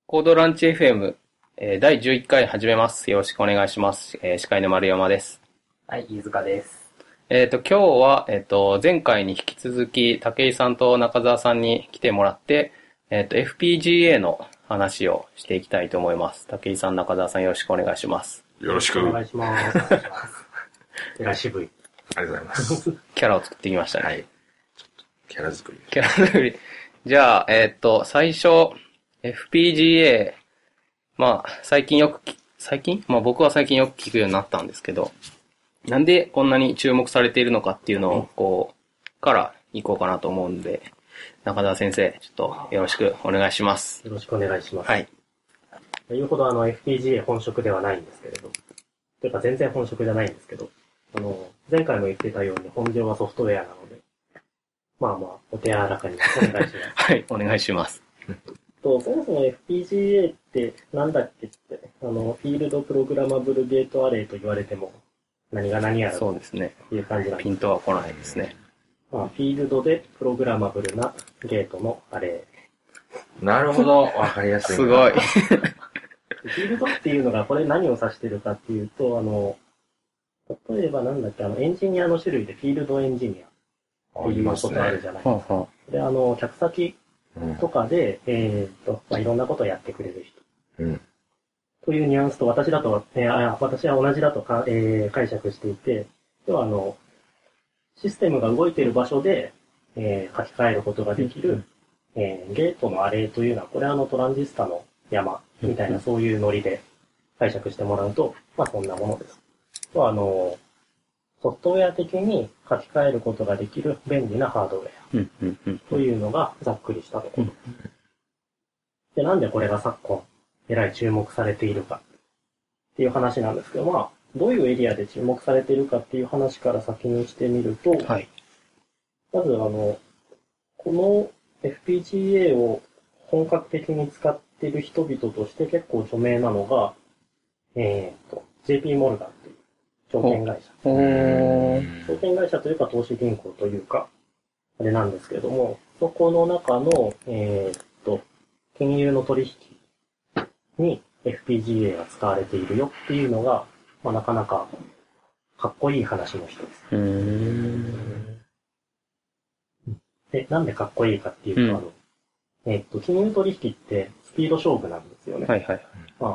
コードランチ FM、第11回始めます。よろしくお願いします。司会の丸山です。 はい、飯塚です。 今日は、前回に引き続き、武井さんと中澤さんに来てもらって、FPGA の話をしていきたいと思います。武井さん、中澤さんよろしくお願いします。 よろしく。 お願いします。えらい渋い。 ありがとうございます。 キャラを作ってきましたね。 はい。キャラ作り。 キャラ作り。じゃあ、最初、FPGA、最近僕は最近よく聞くようになったんですけど、なんでこんなに注目されているのかっていうのを、から行こうかなと思うんで、中澤先生、ちょっとよろしくお願いします。 よろしくお願いします。 はい。 言うほどFPGA 本職ではないんですけれど、というか全然本職じゃないんですけど、前回も言ってたように本業はソフトウェアなので、お手柔らかにお願いします。 はい、お願いします。 そもそも FPGA ってなんだっけって、フィールドプログラマブルゲートアレイと言われても、何が何やらそうですね。 っていう感じなんです。 ピントは来ないですね。 フィールドでプログラマブルなゲートのアレイ。なるほど。わかりやすい。 すごい。 イ。フィールドっていうのがこれ何を指してるかっていうと、例えばエンジニアの種類でフィールドエンジニアっていうことあるじゃないですか。で、客先とかで、いろんなことをやってくれる人。というニュアンスと私は同じだと解釈していて、要はシステムが動いている場所で、書き換えることができる、ゲートのアレイというのは、これはトランジスタの山みたいなそういうノリで解釈してもらうと、そんなものです。ソフトウェア的に書き換えることができる便利なハードウェアというのがざっくりしたところ。で、なんでこれが昨今、えらい注目されているかっていう話なんですけど、どういうエリアで注目されているかっていう話から先にしてみると、 はい、 まずこの FPGA を本格的に使っている人々として結構著名なのが、JP モルガンっていう証券会社。証券会社というか投資銀行というか、あれなんですけれども、そこの中の、金融の取引に FPGA が使われているよっていうのが、なかなかかっこいい話の人です。で、なんでかっこいいかっていうと、金融取引ってスピード勝負なんですよね。 はいはい。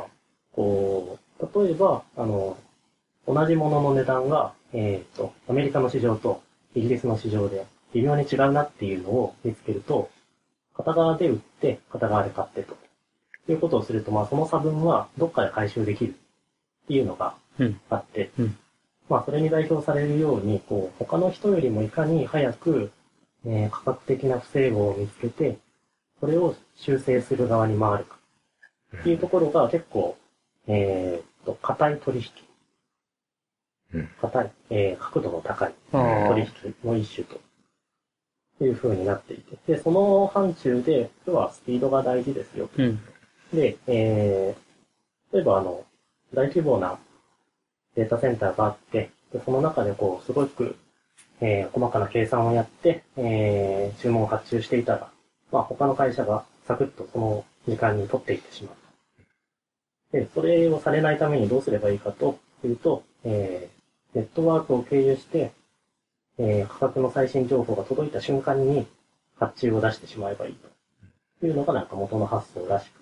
例えば、同じものの値段が、アメリカの市場とイギリスの市場で微妙に違うなっていうのを見つけると、片側で売って、片側で買ってと。いうことをすると、その差分はどっかで回収できるっていうのがあって、それに代表されるように、他の人よりもいかに早く、価格的な不整合を見つけて、それを修正する側に回るか。っていうところが結構、硬い取引。硬い、角度の高い取引の一種という風になっていて。で、その範疇で、要はスピードが大事ですよ。で、例えば大規模なデータセンターがあって、でその中ですごく、細かな計算をやって、注文を発注していたら、他の会社がサクッとその時間に取っていってしまう。で、それをされないためにどうすればいいかというと、ネットワークを経由して、価格の最新情報が届いた瞬間に発注を出してしまえばいいというのが元の発想らしく。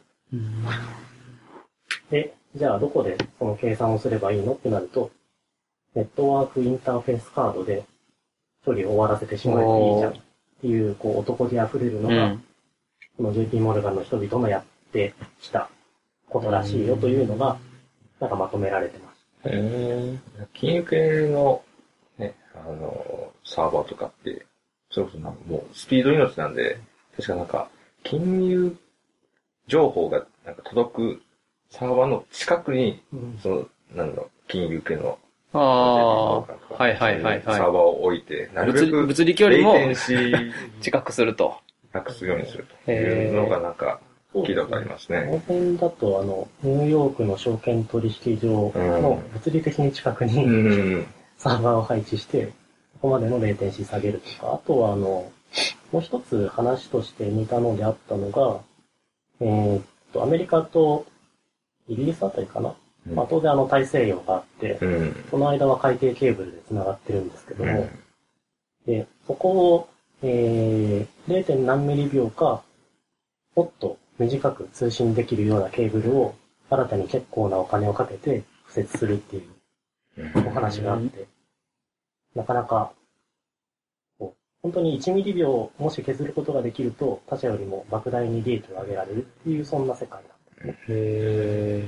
で、じゃあどこでその計算をすればいいのってなると、ネットワークインターフェースカードで処理を終わらせてしまえばいいじゃんっていう、男気あふれるのが、この JP モルガンの人々のやってきたことらしいよというのが、まとめられてます。 金融系の、ね、サーバーとかって、それこそもうスピード命なんで、確か金融情報が届くサーバーの近くに、金融系のはいはいはいはい。 サーバーを置いて、なるべく物理距離もレイテンシー近くすると。 なくすようにするというのが聞いたことありますね。 この辺だとニューヨークの証券取引所の物理的に近くにサーバーを配置して、ここまでのレイテンシー下げるとか、あとはもう一つ話として似たのであったのが、 アメリカとイギリスあたりかな。まあ、当然大西洋があって、その間は海底ケーブルで繋がってるんですけども、で、そこを、0. 何ミリ秒か、もっと短く通信できるようなケーブルを新たに結構なお金をかけて敷設するっていうお話があって、なかなか、本当に1ミリ秒もし削ることができると、他社よりも莫大に利益を上げられるっていう、そんな世界なんです。 へ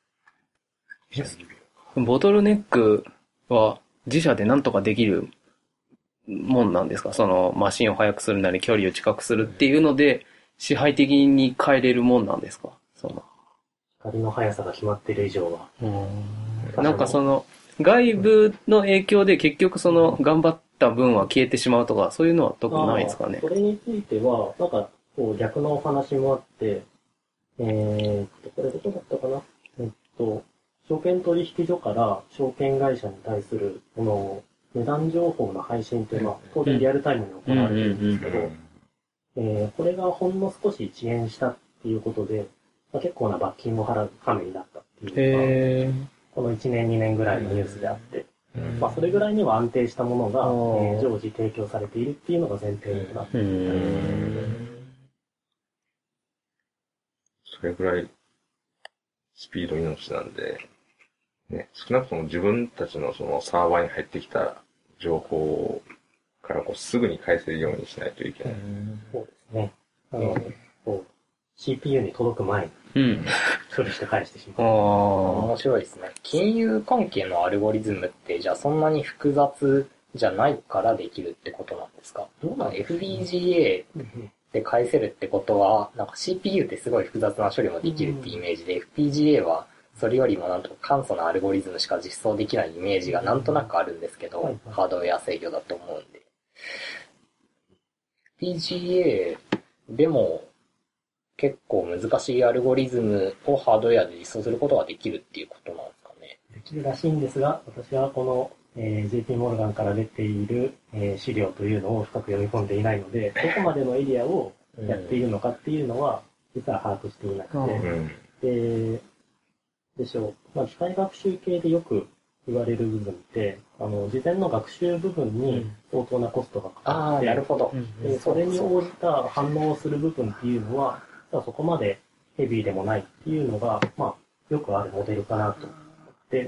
ー。ボトルネックは自社でなんとかできるもんなんですか？そのマシンを速くするなり距離を近くするっていうので支配的に変えれるもんなんですか？その光の速さが決まっている以上は。 なんかその外部の影響で結局その頑張った分は消えてしまうとかそういうのは特にないですかね？ それについては、なんかこう逆のお話もあって、これどこだったかな？証券取引所から証券会社に対する、この値段情報の配信っていうのは当然リアルタイムに行われてるんですけど、これがほんの少し遅延したっていうことで、まあ、結構な罰金を払う羽目になったっていうのが、この1年2年ぐらいのニュースであって、まあそれぐらいには安定したものが、常時提供されているっていうのが前提になっている。 それぐらいスピード命なんで、ね、少なくとも自分たちのそのサーバーに入ってきた情報からこうすぐに返せるようにしないといけない。 そうですね。CPU に届く前に処理して返してしまう。 面白いですね。金融関係のアルゴリズムってじゃあそんなに複雑じゃないからできるってことなんですか？どうなん FPGA で返せるってことは、なんか CPU ってすごい複雑な処理もできるってイメージで、FPGA はそれよりもなんとか簡素なアルゴリズムしか実装できないイメージがなんとなくあるんですけど、ハードウェア制御だと思うんで。FPGA でも結構難しいアルゴリズムをハードウェアで実装することができるっていうことなんですかね。 できるらしいんですが、私はこの、JP モルガンから出ている、資料というのを深く読み込んでいないので、どこまでのエリアをやっているのかっていうのは、実は把握していなくて、でしょう。まあ、機械学習系でよく言われる部分って、事前の学習部分に相当なコストがかかって、 なるほど。 でそれに応じた反応をする部分っていうのは、そこまでヘビーでもないっていうのが、まあ、よくあるモデルかなと思って、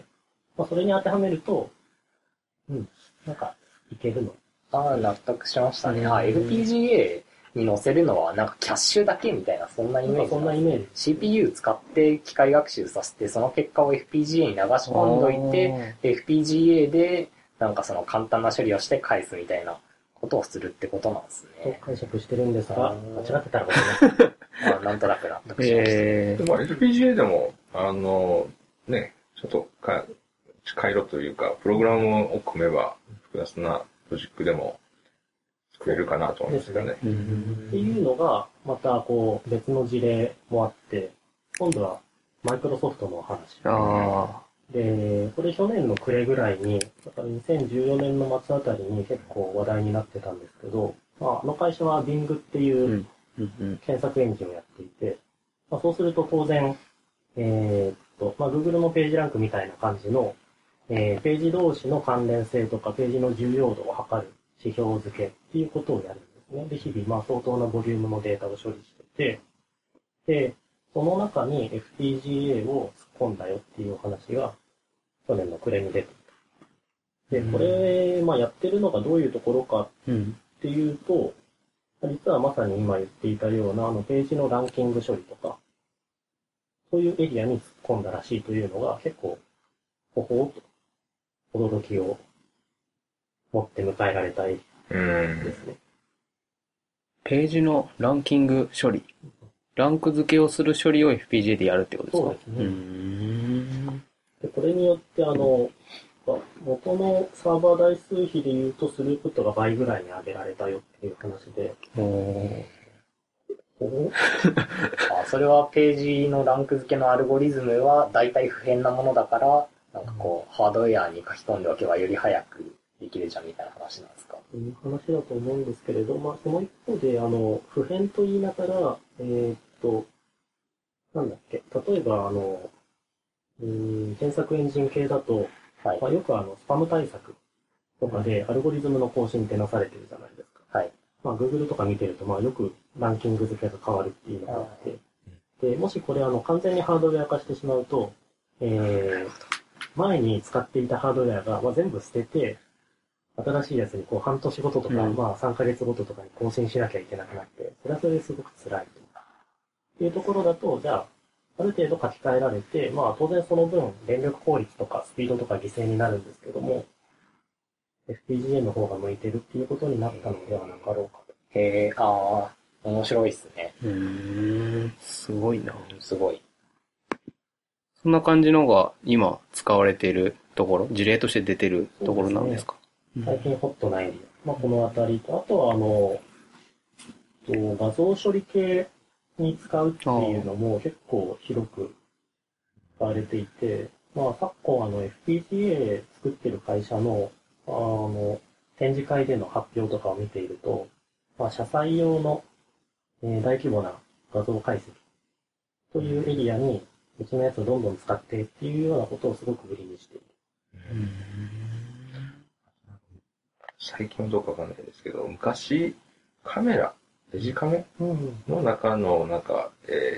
まあ、それに当てはめると、なんか、いけるの。 納得しましたね。FPGA に載せるのはなんかキャッシュだけみたいな、そんなイメージ。 そんなイメージ。 CPU 使って機械学習させて、その結果を FPGA に流し込んどいて、FPGA でなんかその簡単な処理をして返すみたいなことをするってことなんですとね。 解釈してるんですが、間違ってたらごめんなさい。 なんとなく納得しました。 でも FPGA でも、ね、ちょっと回路というか、プログラムを組めば、複雑なロジックでも作れるかなと思うんですけどね。 っていうのが、またこう別の事例もあって、今度はマイクロソフトの話。で、これ去年の暮れぐらいに、だから2014年の末あたりに結構話題になってたんですけど、まあ、会社は Bing っていう検索エンジンをやっていて、まあ、そうすると当然、まあ、Google のページランクみたいな感じの、ページ同士の関連性とかページの重要度を測る指標付けっていうことをやるんですね。で、日々、まあ、相当なボリュームのデータを処理してて、で、その中に FPGA を突っ込んだよっていうお話が、去年の暮れに出ていた。で、これ、まあ、やってるのがどういうところかっていうと、実はまさに今言っていたような、ページのランキング処理とか、そういうエリアに突っ込んだらしいというのが結構、ほほーと驚きを持って迎えられたいですね。 ページのランキング処理。ランク付けをする処理を FPGA でやるってことですか？ そうですね。でこれによって、元のサーバー台数比で言うと、スループットが倍ぐらいに上げられたよっていう話で。 それはページのランク付けのアルゴリズムは大体不変なものだから、なんかこう、ハードウェアに書き込んでおけばより早くできるじゃんみたいな話なんですか？ そういう話だと思うんですけれど、まあ、その一方で、普遍と言いながら、 なんだっけ、例えば検索エンジン系だと、 はい。 まあ、よくスパム対策とかでアルゴリズムの更新ってなされてるじゃないですか。 はい。 まあ、Google とか見てると、まあ、よくランキング付けが変わるっていうのがあって、で、もしこれ完全にハードウェア化してしまうと、前に使っていたハードウェアが、まあ、全部捨てて、新しいやつに半年ごととか、まあ3ヶ月ごととかに更新しなきゃいけなくなって、それはそれですごく辛いと。っていうところだと、じゃあ、ある程度書き換えられて、まあ当然その分、電力効率とかスピードとか犠牲になるんですけども、FPGA の方が向いてるっていうことになったのではなかろうかと。 へえ、ああ、面白いっすね。 すごいな。 すごい。 そんな感じのが今使われているところ、事例として出てるところなんですか？ 最近ホットなエリア。まあこのあたりと、あとは画像処理系に使うっていうのも結構広く使われていて、まあ昨今FPGA 作ってる会社の展示会での発表とかを見ていると、まあ車載用の、大規模な画像解析というエリアにうちのやつをどんどん使ってっていうようなことをすごく売りにしている。 最近はどうかわかんないですけど、昔、カメラ、デジカメの中の、なんか、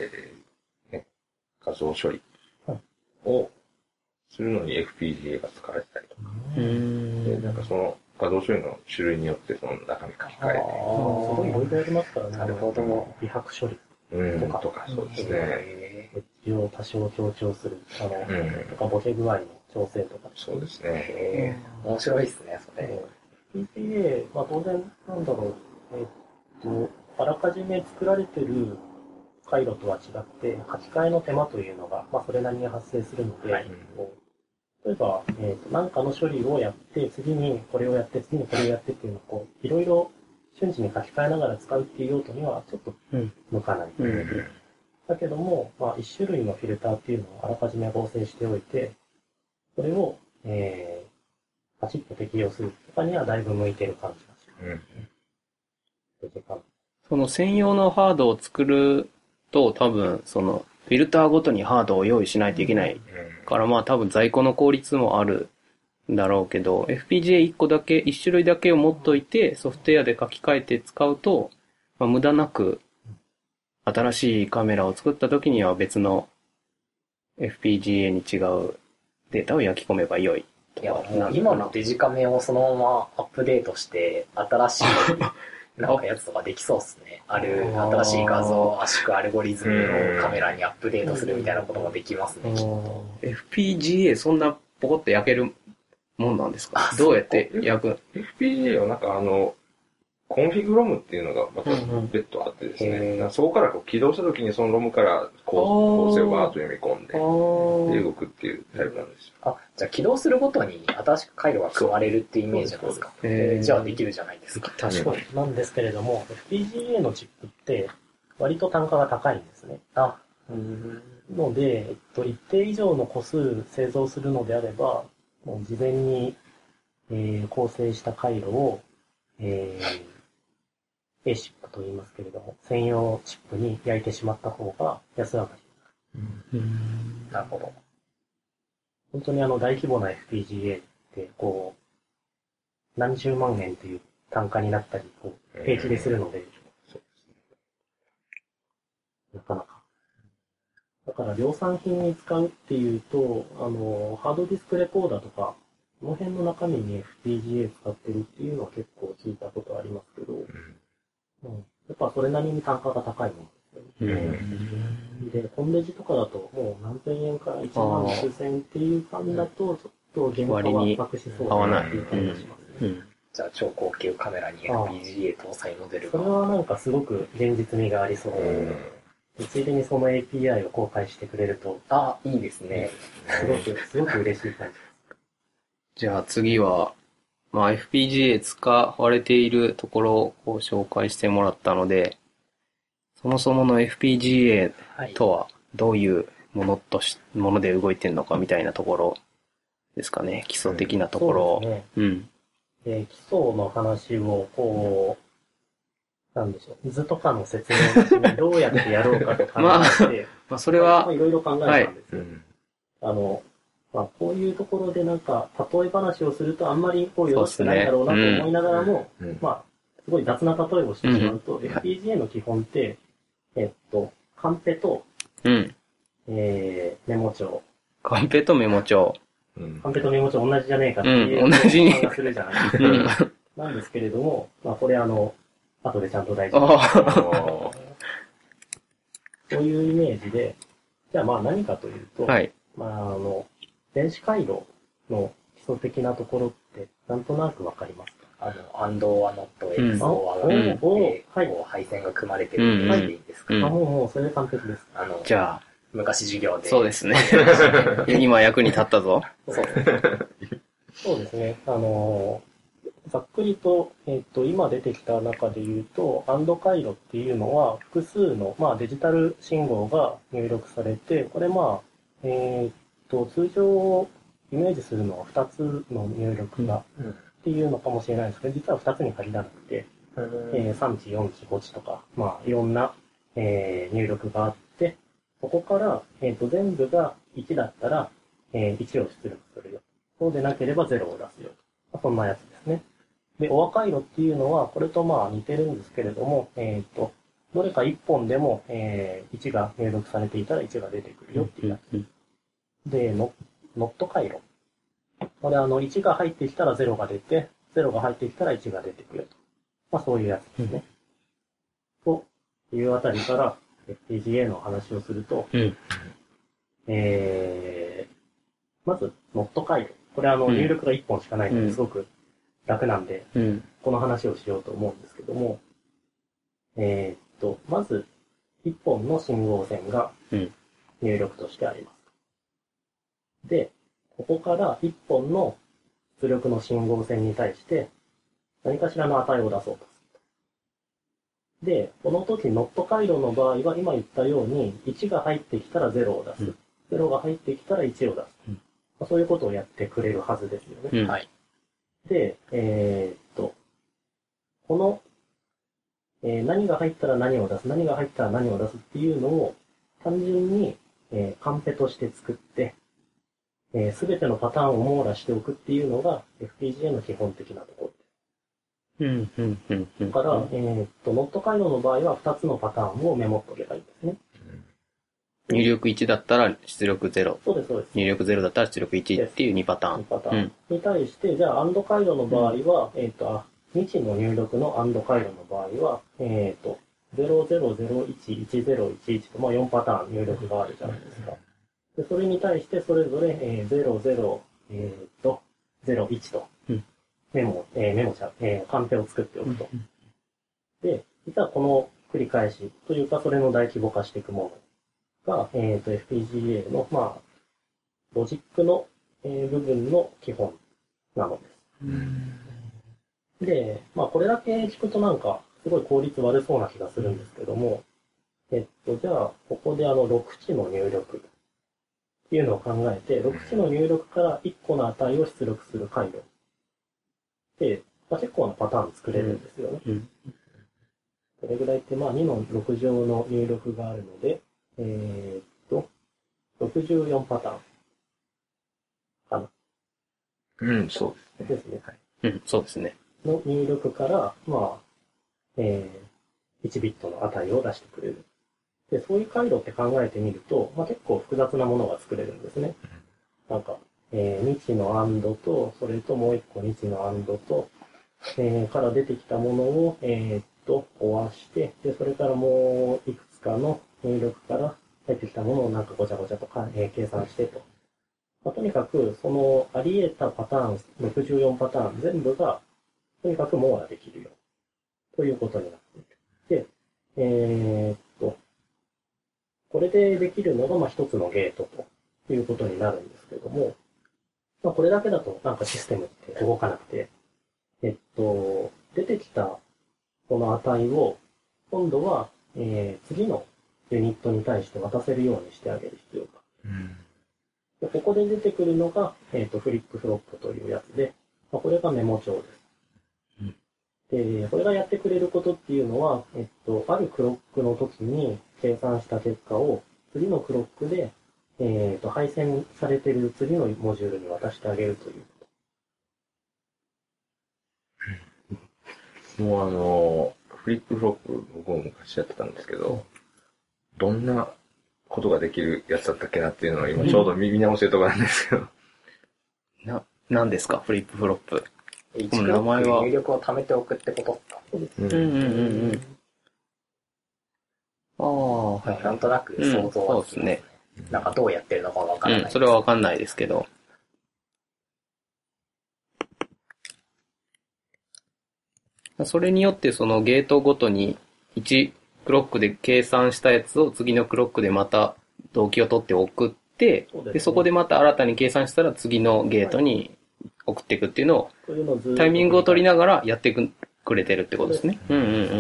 画像処理をするのに FPGA が使われてたりとか。で、なんかその画像処理の種類によってその中身書き換えて。 すごいいろいろありますからね。 なるほど。 美白処理とか、そうですね。 エッジを多少強調する、とかボケ具合の調整とか。 そうですね。 面白いですね、それ。 FPGA、まあ当然、なんだろう、あらかじめ作られてる回路とは違って、書き換えの手間というのが、まあそれなりに発生するので、例えば、何かの処理をやって、次にこれをやって、次にこれをやってっていうのを、いろいろ瞬時に書き換えながら使うっていう用途にはちょっと向かない。だけども、まあ一種類のフィルターっていうのをあらかじめ合成しておいて、それを、パチッと適用するとかにはだいぶ向いてる感じがします。 その専用のハードを作ると多分、そのフィルターごとにハードを用意しないといけないから、まあ多分在庫の効率もあるんだろうけど、FPGA1 個だけ、1種類だけを持っといて、ソフトウェアで書き換えて使うと、まあ、無駄なく新しいカメラを作った時には別の FPGA に違うデータを焼き込めば良い。 いや、もう今のデジカメをそのままアップデートして、新しいなんかやつとかできそうっすね。新しい画像圧縮アルゴリズムをカメラにアップデートするみたいなこともできますね、きっと。 FPGA そんなポコって焼けるもんなんですか？どうやって焼く？ FPGA はなんかコンフィグロムっていうのがまた別途あってですね、そこから起動した時にそのロムから構成をバーッと読み込んで、で動くっていうタイプなんですよ。 じゃあ起動するごとに新しく回路が組まれるっていうイメージなんですか？じゃあできるじゃないですか。 確かに。なんですけれども、FPGA のチップって割と単価が高いんですね。ので、一定以上の個数製造するのであれば、もう事前に、構成した回路を、ASIC と言いますけれども、専用チップに焼いてしまった方が安上がり。 なるほど。 本当に大規模な FPGA って、何十万円という単価になったり、平気でするので、なかなか。だから量産品に使うっていうと、ハードディスクレコーダーとか、この辺の中身に FPGA 使ってるっていうのは結構聞いたことありますけど、やっぱそれなりに単価が高いものですよね。で、コンデジとかだともう何千円から1万数千円っていう感じだと、ちょっと原価は圧迫しそうだなっていう感じがしますね。 じゃあ超高級カメラに FPGA 搭載モデルが。 それはなんかすごく現実味がありそうで、ついでにその API を公開してくれると、 いいですね。 すごく嬉しい感じです。 じゃあ次は、まあ FPGA 使われているところを紹介してもらったので、そもそもの FPGA とはどういうもので動いてるのかみたいなところですかね。基礎的なところを。 で、基礎の話をなんでしょう、図とかの説明をどうやってやろうかと考えて、 まあ、それは、 いろいろ考えたんですよ。 うん。 まあ、こういうところでなんか、例え話をするとあんまりこうよろしくないだろうなと思いながらも、 うん。 まあ、すごい雑な例えをしてしまうと、 ん FPGA の基本って、カンペと、 うん。 メモ帳。 カンペとメモ帳。 うんカンペとメモ帳同じじゃねえかっていう、 同じに感がするじゃないですうか。 ん。 なんですけれども、まあ、これ後でちゃんと大事ああ。 そういうイメージで、じゃあまあ何かというと、 はい。 まあ電子回路の基礎的なところってなんとなくわかりますか？ アンドはノット、 うん XO はノットで、こう配線が組まれてるイメージでいいんですか？ うんもうそれで完璧です。 じゃあ、 昔授業で。 そうですね。今役に立ったぞ。 そうですね。ざっくりと、今出てきた中で言うと、アンド回路っていうのは、複数の、まあ、デジタル信号が入力されて、これまあ、通常イメージするのは2つの入力が、っていうのかもしれないですけど、実は2つに限らなくて、3値、4値、5値とか、まあ、いろんな、入力があって、そこから、全部が1だったら、1を出力するよ。そうでなければ0を出すよ。そんなやつですね。で、オア回路っていうのは、これとまあ似てるんですけれども、どれか1本でも、1が入力されていたら1が出てくるよっていうやつ。で、ノット回路。これ1が入ってきたら0が出て、0が入ってきたら1が出てくると。まあそういうやつですね。というあたりから、FPGA の話をすると、まず、ノット回路。これ入力が1本しかないので、すごく楽なんで、この話をしようと思うんですけども、まず、1本の信号線が入力としてあります。で、ここから1本の出力の信号線に対して、何かしらの値を出そうとする。で、この時、ノット回路の場合は、今言ったように、1が入ってきたら0を出す。0が入ってきたら1を出す。そういうことをやってくれるはずですよね。 はい。 で、この、何が入ったら何を出す、何が入ったら何を出すっていうのを単純に、カンペとして作って、すべてのパターンを網羅しておくっていうのが FPGA の基本的なところです。だから、ノット回路の場合は2つのパターンをメモっとけばいいんですね。 入力1だったら出力0。 そうです、そうです。 入力0だったら出力1っていう2パターン。 2パターン。に対して、じゃあ、アンド回路の場合は、未知の入力のアンド回路の場合は、00011011と、まあ4パターン入力があるじゃないですか。で、それに対してそれぞれ、00、01と、メモ者、カンペを作っておくと。で、実はこの繰り返しというか、それの大規模化していくものが、FPGA の、まあ、ロジックの、部分の基本なのです。で、まあ、これだけ聞くとなんか、すごい効率悪そうな気がするんですけども、じゃあ、ここで6値の入力っていうのを考えて、6値の入力から1個の値を出力する回路。で、まあ、結構なパターン作れるんですよね。これぐらいって、まあ、2の6乗の入力があるので、64パターンかな。 そうですね。 そうですね。 の入力から、まあ、1ビットの値を出してくれる。で、そういう回路って考えてみると、まあ、結構複雑なものが作れるんですね。なんか、2値の AND と、それともう1個2値の AND と、から出てきたものを、壊して、で、それからもういくつかの入力から入ってきたものをなんかごちゃごちゃとか、計算してと。まあ、とにかく、そのあり得たパターン、64パターン全部が、とにかく網羅できるよ。ということになっている。で、これでできるのが、まあ、一つのゲートということになるんですけども、まあ、これだけだとなんかシステムって動かなくて、出てきたこの値を、今度は、次のユニットに対して渡せるようにしてあげる必要が。でここで出てくるのが、フリップフロップというやつで、まあ、これがメモ帳です。で、これがやってくれることっていうのは、あるクロックの時に計算した結果を、 次のクロックで、配線されてる次のモジュールに渡してあげるという。 もうフリップフロップ僕も昔やってたんですけど、どんなことができるやつだったっけなっていうのを今ちょうど見直してるところなんですけど。 何ですかフリップフロップ。 1クロック入力を貯めておくってことですか？ ああ、はい。 なんとなく想像はつきますね。なんかどうやってるのかわからない。 それはわかんないですけど。それによってそのゲートごとに1クロックで計算したやつを次のクロックでまた同期を取って送って、で、そこでまた新たに計算したら次のゲートに送っていくっていうのを、タイミングを取りながらやってくれてるってことですね。こ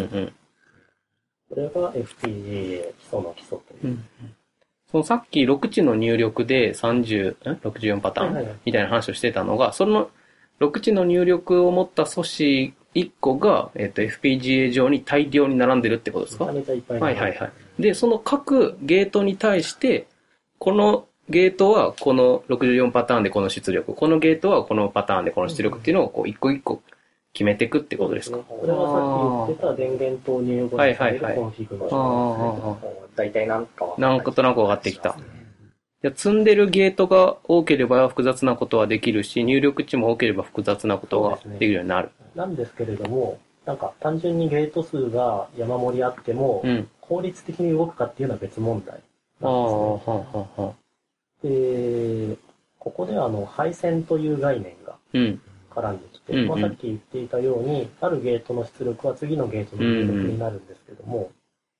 れが FPGA 基礎の基礎という。 そのさっき6値の入力で64パターンみたいな話をしてたのが、その6値の入力を持った素子1個が、FPGA 上に大量に並んでるってことですか？ めちゃめちゃいっぱい。 はいはいはい。で、その各ゲートに対して、このゲートはこの64パターンでこの出力、このゲートはこのパターンでこの出力っていうのをこう一個一個決めていくってことですか？ これはさっき言ってた電源投入後にされるコンフィグの仕様ですね。 大体なんとなく分かってきた。積んでるゲートが多ければ複雑なことはできるし、入力値も多ければ複雑なことができるようになる。 なんですけれども、なんか単純にゲート数が山盛りあっても、効率的に動くかっていうのは別問題なんですね。で、ここでは配線という概念が絡んできて、さっき言っていたように、あるゲートの出力は次のゲートの出力になるんですけども、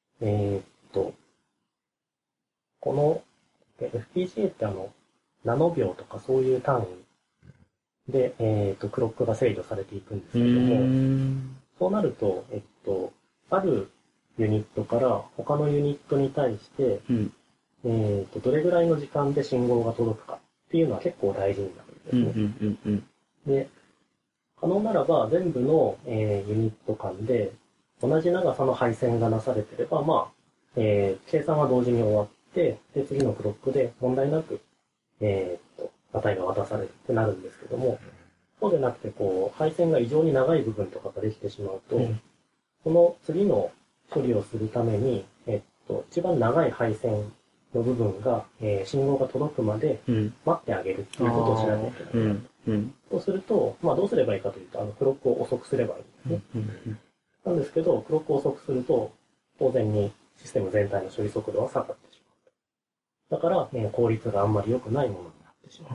このFPGA ってナノ秒とかそういう単位で、クロックが制御されていくんですけども、そうなると、あるユニットから他のユニットに対して、どれぐらいの時間で信号が届くかっていうのは結構大事になるんですね。で、可能ならば全部の、ユニット間で同じ長さの配線がなされてれば、計算は同時に終わって、で、次のクロックで問題なく、値が渡されるってなるんですけども、そうでなくて、配線が異常に長い部分とかができてしまうと、その次の処理をするために、一番長い配線の部分が、信号が届くまで待ってあげるっていうことをしなきゃいけない。そうすると、どうすればいいかというと、クロックを遅くすればいいんですね。なんですけど、クロックを遅くすると、当然にシステム全体の処理速度は下がってしまう。だから、効率があんまり良くないものになってしま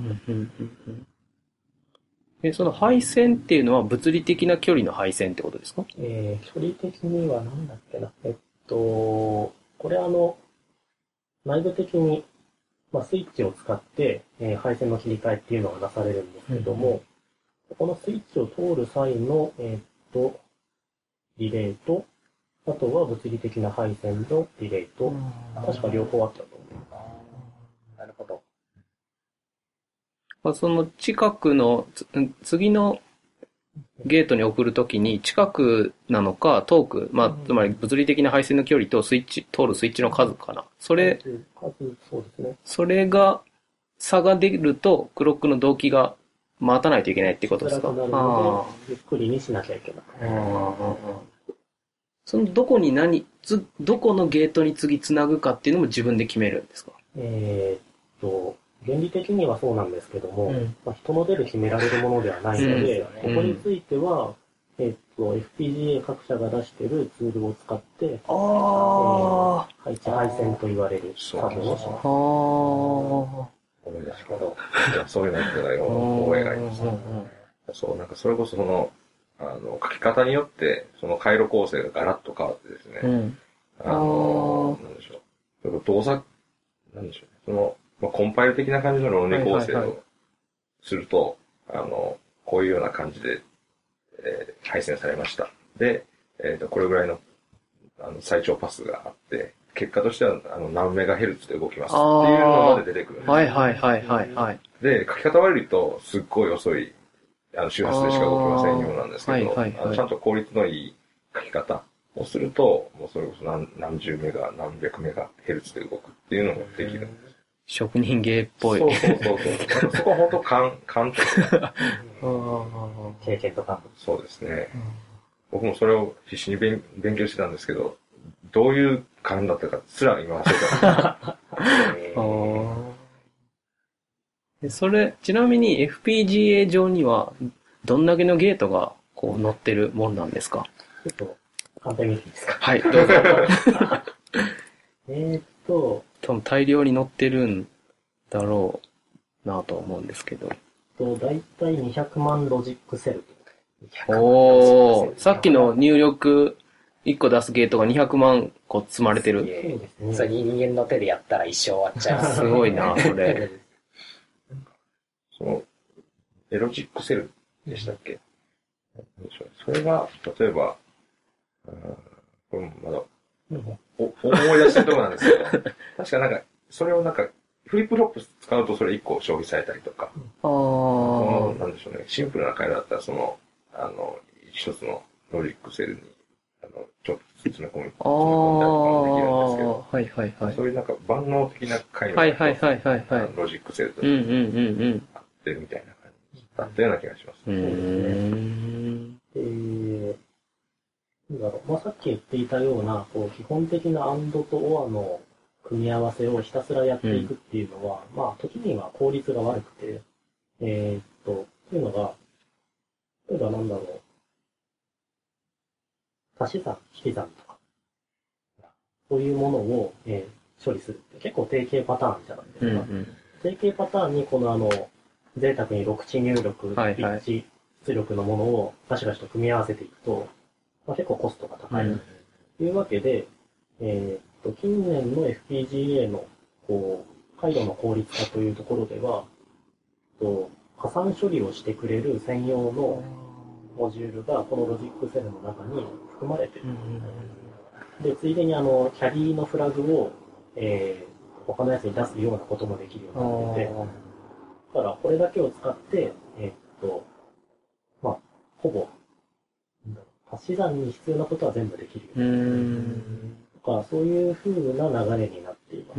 う。 その配線っていうのは物理的な距離の配線ってことですか？ 距離的には何だっけな。これ内部的に、スイッチを使って、配線の切り替えっていうのがなされるんですけども、このスイッチを通る際の、リレーと、あとは物理的な配線のリレーと、確か両方あったと思う。 なるほど。 その近くの、次のゲートに送るときに近くなのか遠く、つまり物理的な配線の距離と通るスイッチの数かな。 そうですね。 それが、差が出ると、クロックの動機が待たないといけないってことですか？ ゆっくりにしなきゃいけない。 そのどこのゲートに次つなぐかっていうのも自分で決めるんですか？ 原理的にはそうなんですけども、人の出る決められるものではないので、ここについては、FPGA 各社が出しているツールを使って、配置配線と言われる作業をします。 思い出したけど、そういうのってない覚えがあります。そう、なんかそれこそ書き方によって、その回路構成がガラッと変わってですね、なんでしょう。動作、なんでしょう。コンパイル的な感じの論理構成をすると、こういうような感じで、配線されました。で、これぐらいの、最長パスがあって、結果としては、何メガヘルツで動きますっていうのまで出てくるんです。で、書き方悪いと、すっごい遅い、周波数でしか動きませんようなんですけど、ちゃんと効率のいい書き方そうすると、もうそれこそ何十メガ、何百メガヘルツで動くっていうのもできるんです。 職人芸っぽい。 そう。そこは本当感とか。 経験とか。 そうですね。僕もそれを必死に勉強してたんですけど、どういう感だったかすら今忘れてます。それ、ちなみに FPGA 上には、どんだけのゲートがこう載ってるもんなんですか？ ちょっと、簡単に見ていいですか？ はい、どうぞ。多分大量に載ってるんだろうなと思うんですけど。 だいたい200万ロジックセル。 おー、さっきの入力1個出すゲートが200万個積まれてる。 そうですね。 それ人間の手でやったら一生終わっちゃいます。 すごいな、それ。 その、ロジックセルでしたっけ？それが、例えば、これもまだ、思い出してるところなんですけど、確かなんか、それをなんか、フリップフロップ使うとそれ1個消費されたりとか、なんでしょうね、シンプルな回路だったら一つのロジックセルに、ちょっと詰め込んだりとかもできるんですけど、 はいはいはい。 そういうなんか万能的な回路はいはいはいはい。 ロジックセルとあってるみたいな感じだったような気がします。 さっき言っていたような、基本的な AND と OR の組み合わせをひたすらやっていくっていうのは、時には効率が悪くて、というのが、例えばなんだろう、足し算、引き算とか、そういうものを、処理するって結構定型パターンじゃないですか。定型パターンに贅沢に6値入力、1値出力のものをガシガシと組み合わせていくと、結構コストが高い。というわけで、近年の FPGA の、回路の効率化というところでは、加算処理をしてくれる専用のモジュールがこのロジックセルの中に含まれている。で、ついでにキャリーのフラグを、他のやつに出すようなこともできるようになってて、だからこれだけを使って、ほぼ、足し算に必要なことは全部できるようになってとか、そういう風な流れになっています。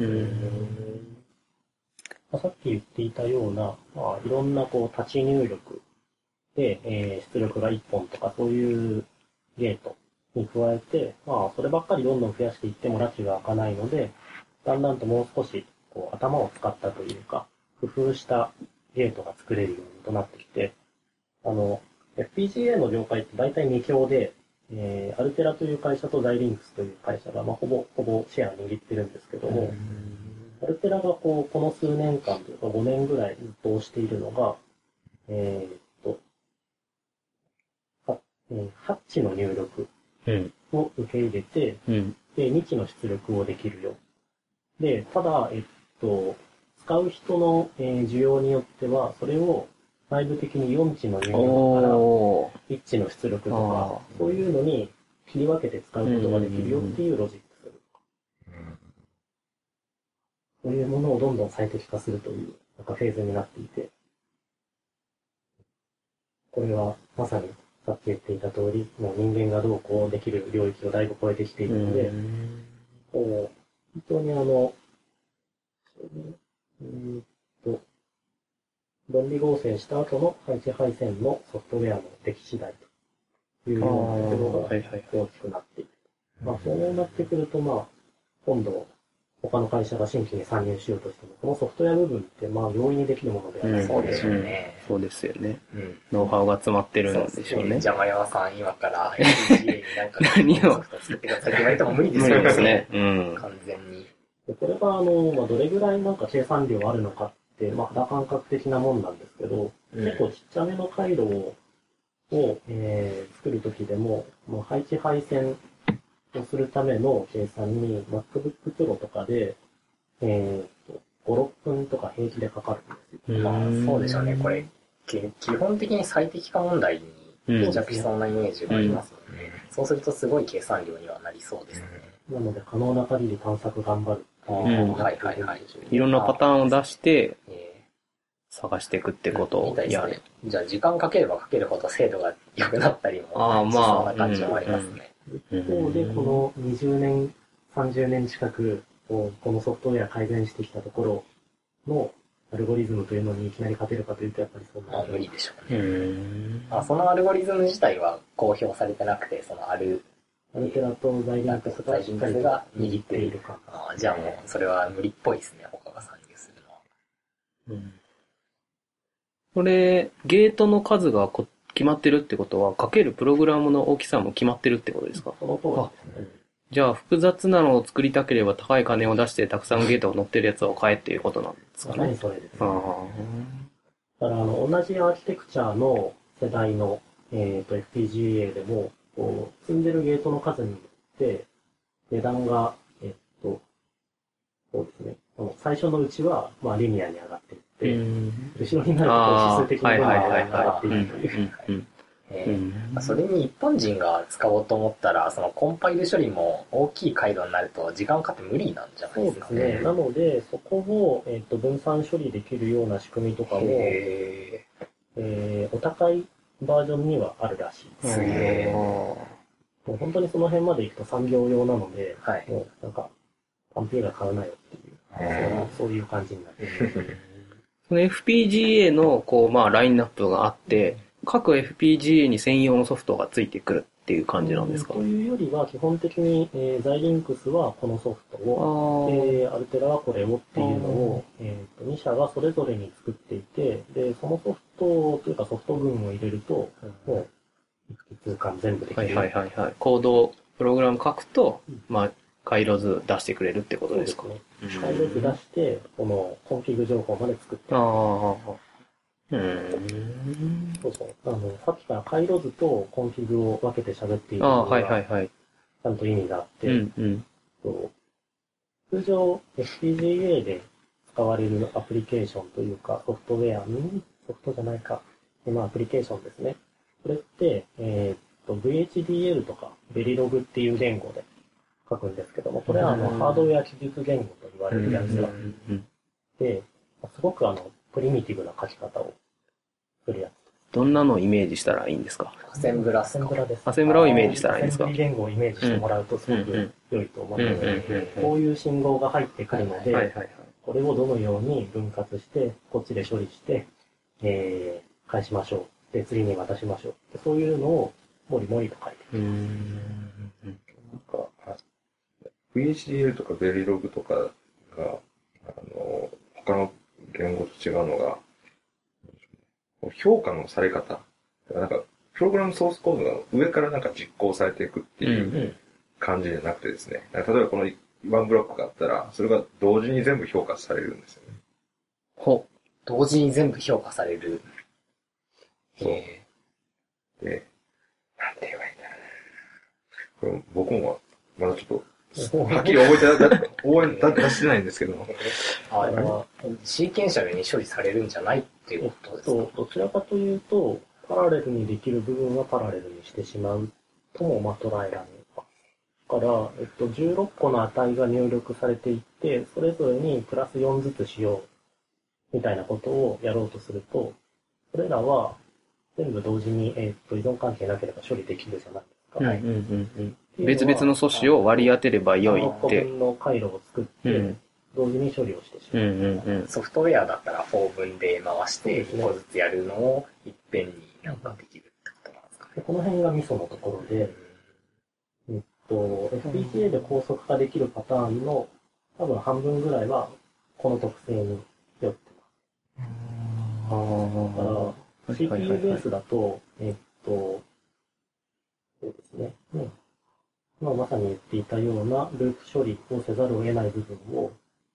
さっき言っていたような、いろんな立ち入力で、出力が1本とかそういうゲートに加えて、そればっかりどんどん増やしていっても拉致が開かないので、だんだんともう少し頭を使ったというか、工夫したゲートが作れるようにとなってきて、FPGA の業界って大体2強で、アルテラという会社とザイリンクスという会社が、ほぼシェアを握ってるんですけども、アルテラがこの数年間というか5年ぐらいずっと推しているのが、8値の入力を受け入れて、で、2値の出力をできるよ。で、ただ、使う人の、需要によっては、それを内部的に4値の入力から1値の出力とか、そういうのに切り分けて使うことができるよっていうロジックする。そういうものをどんどん最適化するという、フェーズになっていて、これはまさにさっき言っていた通り、もう人間がどうこうできる領域をだいぶ超えてきているので、本当に分離合成した後の配置配線のソフトウェアの出来次第というようなところが大きくなっている。そうなってくると、今度、他の会社が新規に参入しようとしても、このソフトウェア部分って、容易にできるものではない。 そうでしょうね。 そうですよね。ノウハウが詰まってるんでしょうね。 じゃあ、山山さん、今から FPGA にソフト作ってくださいって言われても無理ですよね。 無理ですね。 完全に。 これが、どれぐらい計算量あるのかって、肌感覚的なもんなんですけど、結構ちっちゃめの回路を、作るときでも、配置配線をするための計算に MacBook Pro とかで、5、6分とか平気でかかるんですよ。 そうでしょうね。これ、基本的に最適化問題に定着しそうなイメージがありますので、そうするとすごい計算量にはなりそうですね。 なので、可能な限り探索頑張る。 いろんなパターンを出して、探していくってことをやる。 じゃあ、時間かければかけるほど精度が良くなったりもしそうな感じもありますね。 一方で、この20年、30年近く、このソフトウェア改善してきたところのアルゴリズムというのにいきなり勝てるかというと、やっぱりそんな無理でしょうね。そのアルゴリズム自体は公表されてなくて、そのアルテラとザイリンクスがしっかりが握っているか。 じゃあもう、それは無理っぽいですね、他が参入するのは。 これ、ゲートの数が決まってるってことは、かけるプログラムの大きさも決まってるってことですか？ その通りですね。 じゃあ、複雑なのを作りたければ高い金を出してたくさんゲートが乗ってるやつを買えっていうことなんですかね。 まさにそれです。 あだから同じアーキテクチャの世代の、FPGA でも、積んでるゲートの数によって、値段が、そうですね。最初のうちは、リニアに上がっていって、後ろになると指数的にどんどん値段が上がっていくという。 それに一般人が使おうと思ったら、そのコンパイル処理も大きい回路になると時間かかって無理なんじゃないですかね。 そうですね。なので、そこを、分散処理できるような仕組みとかも、お高いバージョンにはあるらしいです。もう本当にその辺まで行くと産業用なので、もうなんか、単品が買わないよっていう、そういう感じになっている。 その FPGA の、ラインナップがあって、各 FPGA に専用のソフトがついてくるっていう感じなんですか？ というよりは、基本的に、ザイリンクスはこのソフトを、アルテラはこれをっていうのを、2社がそれぞれに作っていて、で、そのソフトというかソフト群を入れると、もう、通貫全部できる。 コード、プログラム書くと、回路図出してくれるってことですか？ そうですね。回路図出して、このコンフィグ情報まで作ってそうそう。さっきから回路図とコンフィグを分けて喋っているのが、ちゃんと意味があって、通常 FPGA で使われるアプリケーションというか、ソフトウェア、ソフトじゃないか、アプリケーションですね。これって、VHDL とか Verilog っていう言語で書くんですけども、これはハードウェア記述言語と言われるやつがで、すごくプリミティブな書き方をするやつ。 どんなのをイメージしたらいいんですか？ アセンブラです。 アセンブラをイメージしたらいいんですか？ アセンブリ言語をイメージしてもらうとすごく良いと思うので、こういう信号が入ってくるので、これをどのように分割して、こっちで処理して、返しましょう。で、次に渡しましょう。そういうのをもりもりと書いてる。 VHDL とか Verilog とかが、他の言語と違うのが、評価のされ方。なんか、プログラムソースコードが上からなんか実行されていくっていう感じじゃなくてですね。例えばこのワンブロックがあったら、それが同時に全部評価されるんですよね。 同時に全部評価される。 そう。で、なんて言えばいいんだろうな。これ僕もまだちょっと、はっきり覚え出してないんですけど。 シーケンシャルに処理されるんじゃないっていうことですか？ どちらかというと、パラレルにできる部分はパラレルにしてしまうとも捉えられる。だから、16個の値が入力されていって、それぞれにプラス4ずつしようみたいなことをやろうとすると、それらは全部同時に、依存関係なければ処理できるじゃないですか。 別々の素子を割り当てればよいって。 個分の回路を作って、同時に処理をしてしまう。 ソフトウェアだったら4分で回して1個ずつやるのをいっぺんになんかできるってことなんですかね。 この辺がミソのところで、FPGA で高速化できるパターンの多分半分ぐらいはこの特性によってます。だから、CPU ベースだと、そうですね。まさに言っていたようなループ処理をせざるを得ない部分を、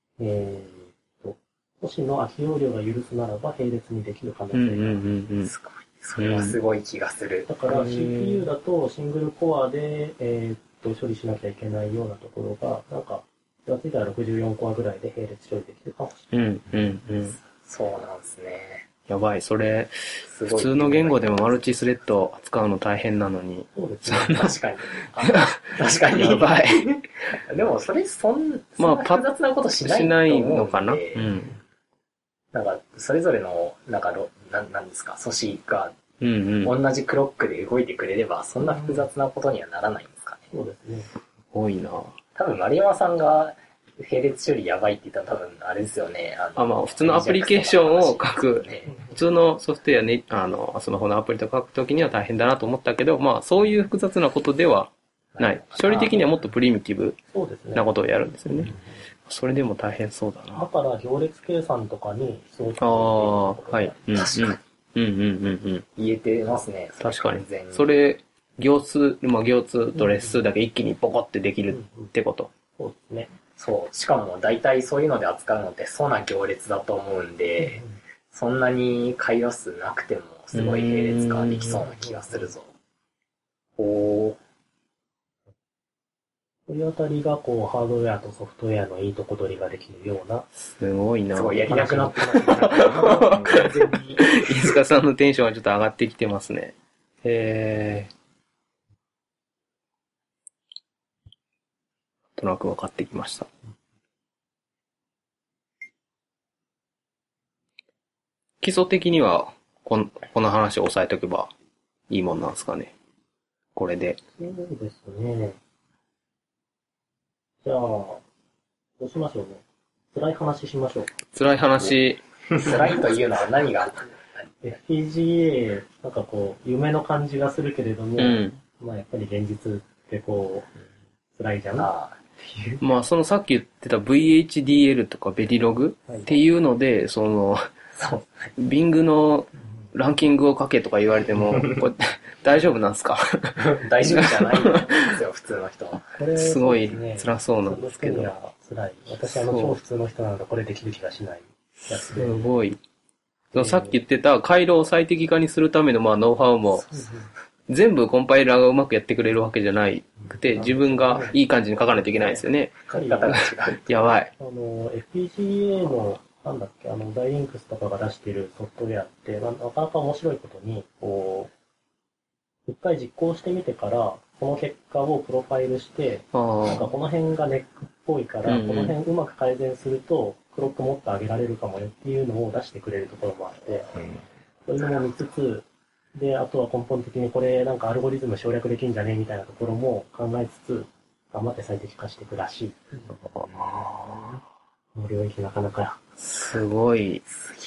都市の空き容量が許すならば並列にできる可能性がある。 すごい。それはすごい気がする。 だから CPU だとシングルコアで、処理しなきゃいけないようなところが、なんか、気がついたら64コアぐらいで並列処理できるかもしれない。 そうなんですね。 やばい、それ、普通の言語でもマルチスレッド扱うの大変なのに。 そうですね。 確かに。確かに。 やばい。 でも、そんな複雑なことしないのかな。なんか、それぞれの、なんですか、素子が、同じクロックで動いてくれれば、そんな複雑なことにはならないんですかね。 そうですね。 多いな。 多分丸山さんが並列処理やばいって言ったら多分あれですよね。 まあ普通のアプリケーションを書く、 ね、 普通のソフトウェアね、スマホのアプリとか書くときには大変だなと思ったけど、まあそういう複雑なことではない。処理的にはもっとプリミティブなことをやるんですよね。それでも大変そうだな。 だから行列計算とかにそうああ、はい。うん。 確かに。 言えてますね。 確かに。それ、行数と列数だけ一気にポコってできるってこと。 そうですね。 そう。しかも大体そういうので扱うのってそうな行列だと思うんで、そんなに会話数なくてもすごい並列化できそうな気がするぞ。おー。 そういうあたりが、こう、ハードウェアとソフトウェアのいいとこ取りができるような。 すごいな。 すごいやりたくなってますね。 完全に。 飯塚さんのテンションはちょっと上がってきてますね。となく分かってきました。基礎的にはこの話を押さえておけばいいもんなんですかね。これで。 そうですね。じゃあ、どうしましょうね。辛い話しましょう。 辛い話。 辛いというのは何が FPGA、なんかこう、夢の感じがするけれども、まあやっぱり現実ってこう、辛いじゃん。 まあそのさっき言ってた VHDL とかベリログっていうので、Bing のランキングを書けとか言われても、これ大丈夫なんですか？ 大丈夫じゃないんですよ、普通の人は。 これすごい辛そうなんですけど。 辛い。私超普通の人なのでこれできる気がしないやつで。 すごい。さっき言ってた回路を最適化にするためのまあノウハウも、全部コンパイラーがうまくやってくれるわけじゃなくて、自分がいい感じに書かないといけないですよね。 書き方が違う。 やばい。 FPGA の、なんだっけ、ダイリンクスとかが出しているソフトウェアって、なかなか面白いことに、こう、一回実行してみてから、この結果をプロファイルして、なんかこの辺がネックっぽいから、この辺うまく改善すると、クロックもっと上げられるかもよっていうのを出してくれるところもあって、そういうのも見つつ、で、あとは根本的にこれなんかアルゴリズム省略できるんじゃねみたいなところも考えつつ、頑張って最適化していくらしい。この領域なかなか。 すごい。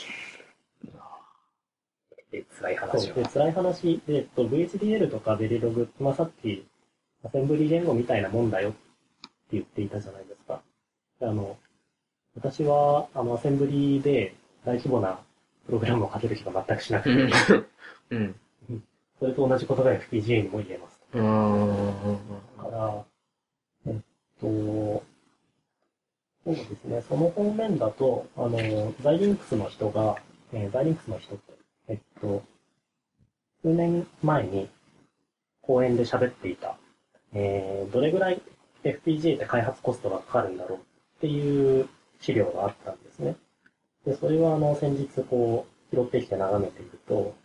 辛い話を。 辛い話で、VHDL とかベリログ、まあ、さっき、アセンブリ言語みたいなもんだよって言っていたじゃないですか。私は、アセンブリで大規模なプログラムを書ける気が全くしなくて、それと同じことが FPGA にも言えます。だから、そうですね、その方面だと、ザイリンクスの人が、ザイリンクスの人って、数年前に講演で喋っていた、どれぐらい FPGA って開発コストがかかるんだろうっていう資料があったんですね。で、それは先日こう、拾ってきて眺めていると、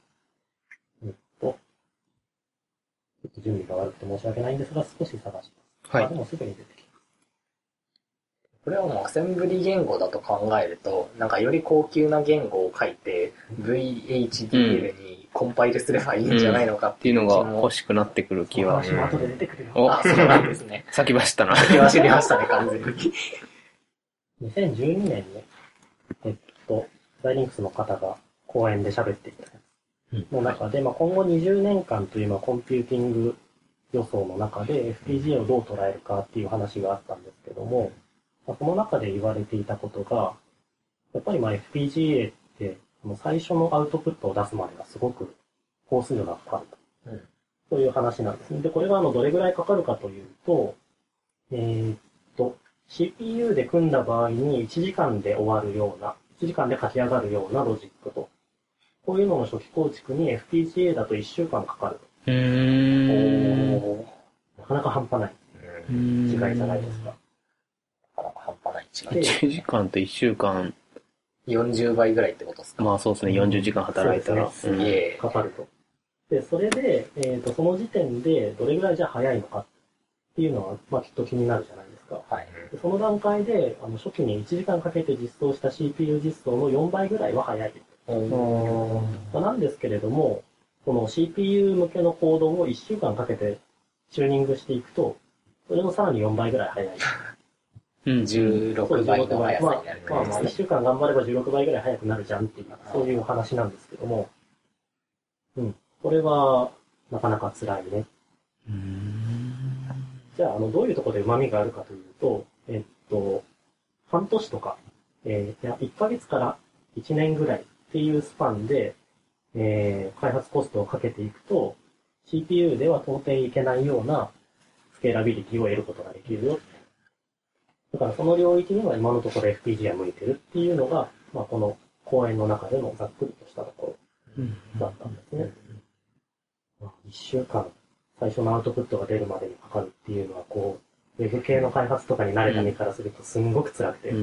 ちょっと準備が悪くて申し訳ないんですが、少し探します。 はい。 でもすぐに出てきます。 これはもうアセンブリ言語だと考えると、なんかより高級な言語を書いて、VHDL にコンパイルすればいいんじゃないのかっていうのが欲しくなってくる気は。 話も後で出てくるよ。 あ、そうなんですね。 先走ったな。 先走りましたね、完全に。 2012年に、ザイリンクスの方が講演で喋っていたの中で、まあ、今後20年間というコンピューティング予想の中で FPGA をどう捉えるかっていう話があったんですけども、まあ、その中で言われていたことが、やっぱりFPGA って最初のアウトプットを出すまでがすごく工数量がかかると。そういう話なんですね。で、これがどれぐらいかかるかというと、CPU で組んだ場合に1時間で終わるような、1時間で書き上がるようなロジックと、こういうのの初期構築に FPGA だと1週間かかると。なかなか半端ない違いじゃないですか。 なかなか半端ない違い。 1時間と1週間。 40倍ぐらいってことですか？ まあそうですね、40時間働いたら。 すげえかかると。で、それで、その時点でどれぐらいじゃ早いのかっていうのは、まあきっと気になるじゃないですか。 はい。 でその段階で、初期に1時間かけて実装した CPU 実装の4倍ぐらいは早い。なんですけれども、この CPU 向けのコードを1週間かけてチューニングしていくと、 それのさらに4倍ぐらい早い。 うん。 16倍の速さになるまあまあ、1週間頑張れば16倍ぐらい早くなるじゃんっていう、そういう話なんですけども、これは、なかなか辛いね。じゃあ、どういうところで旨味があるかというと、半年とか、1ヶ月から1年ぐらいっていうスパンで、開発コストをかけていくと、CPU では到底いけないようなスケーラビリティを得ることができるよ。だからその領域には今のところ FPGA が向いてるっていうのが、まあ、この講演の中でのざっくりとしたところだったんですね。1週間、最初のアウトプットが出るまでにかかるっていうのは、こう、ウェブ系の開発とかに慣れた身からするとすんごく辛くて。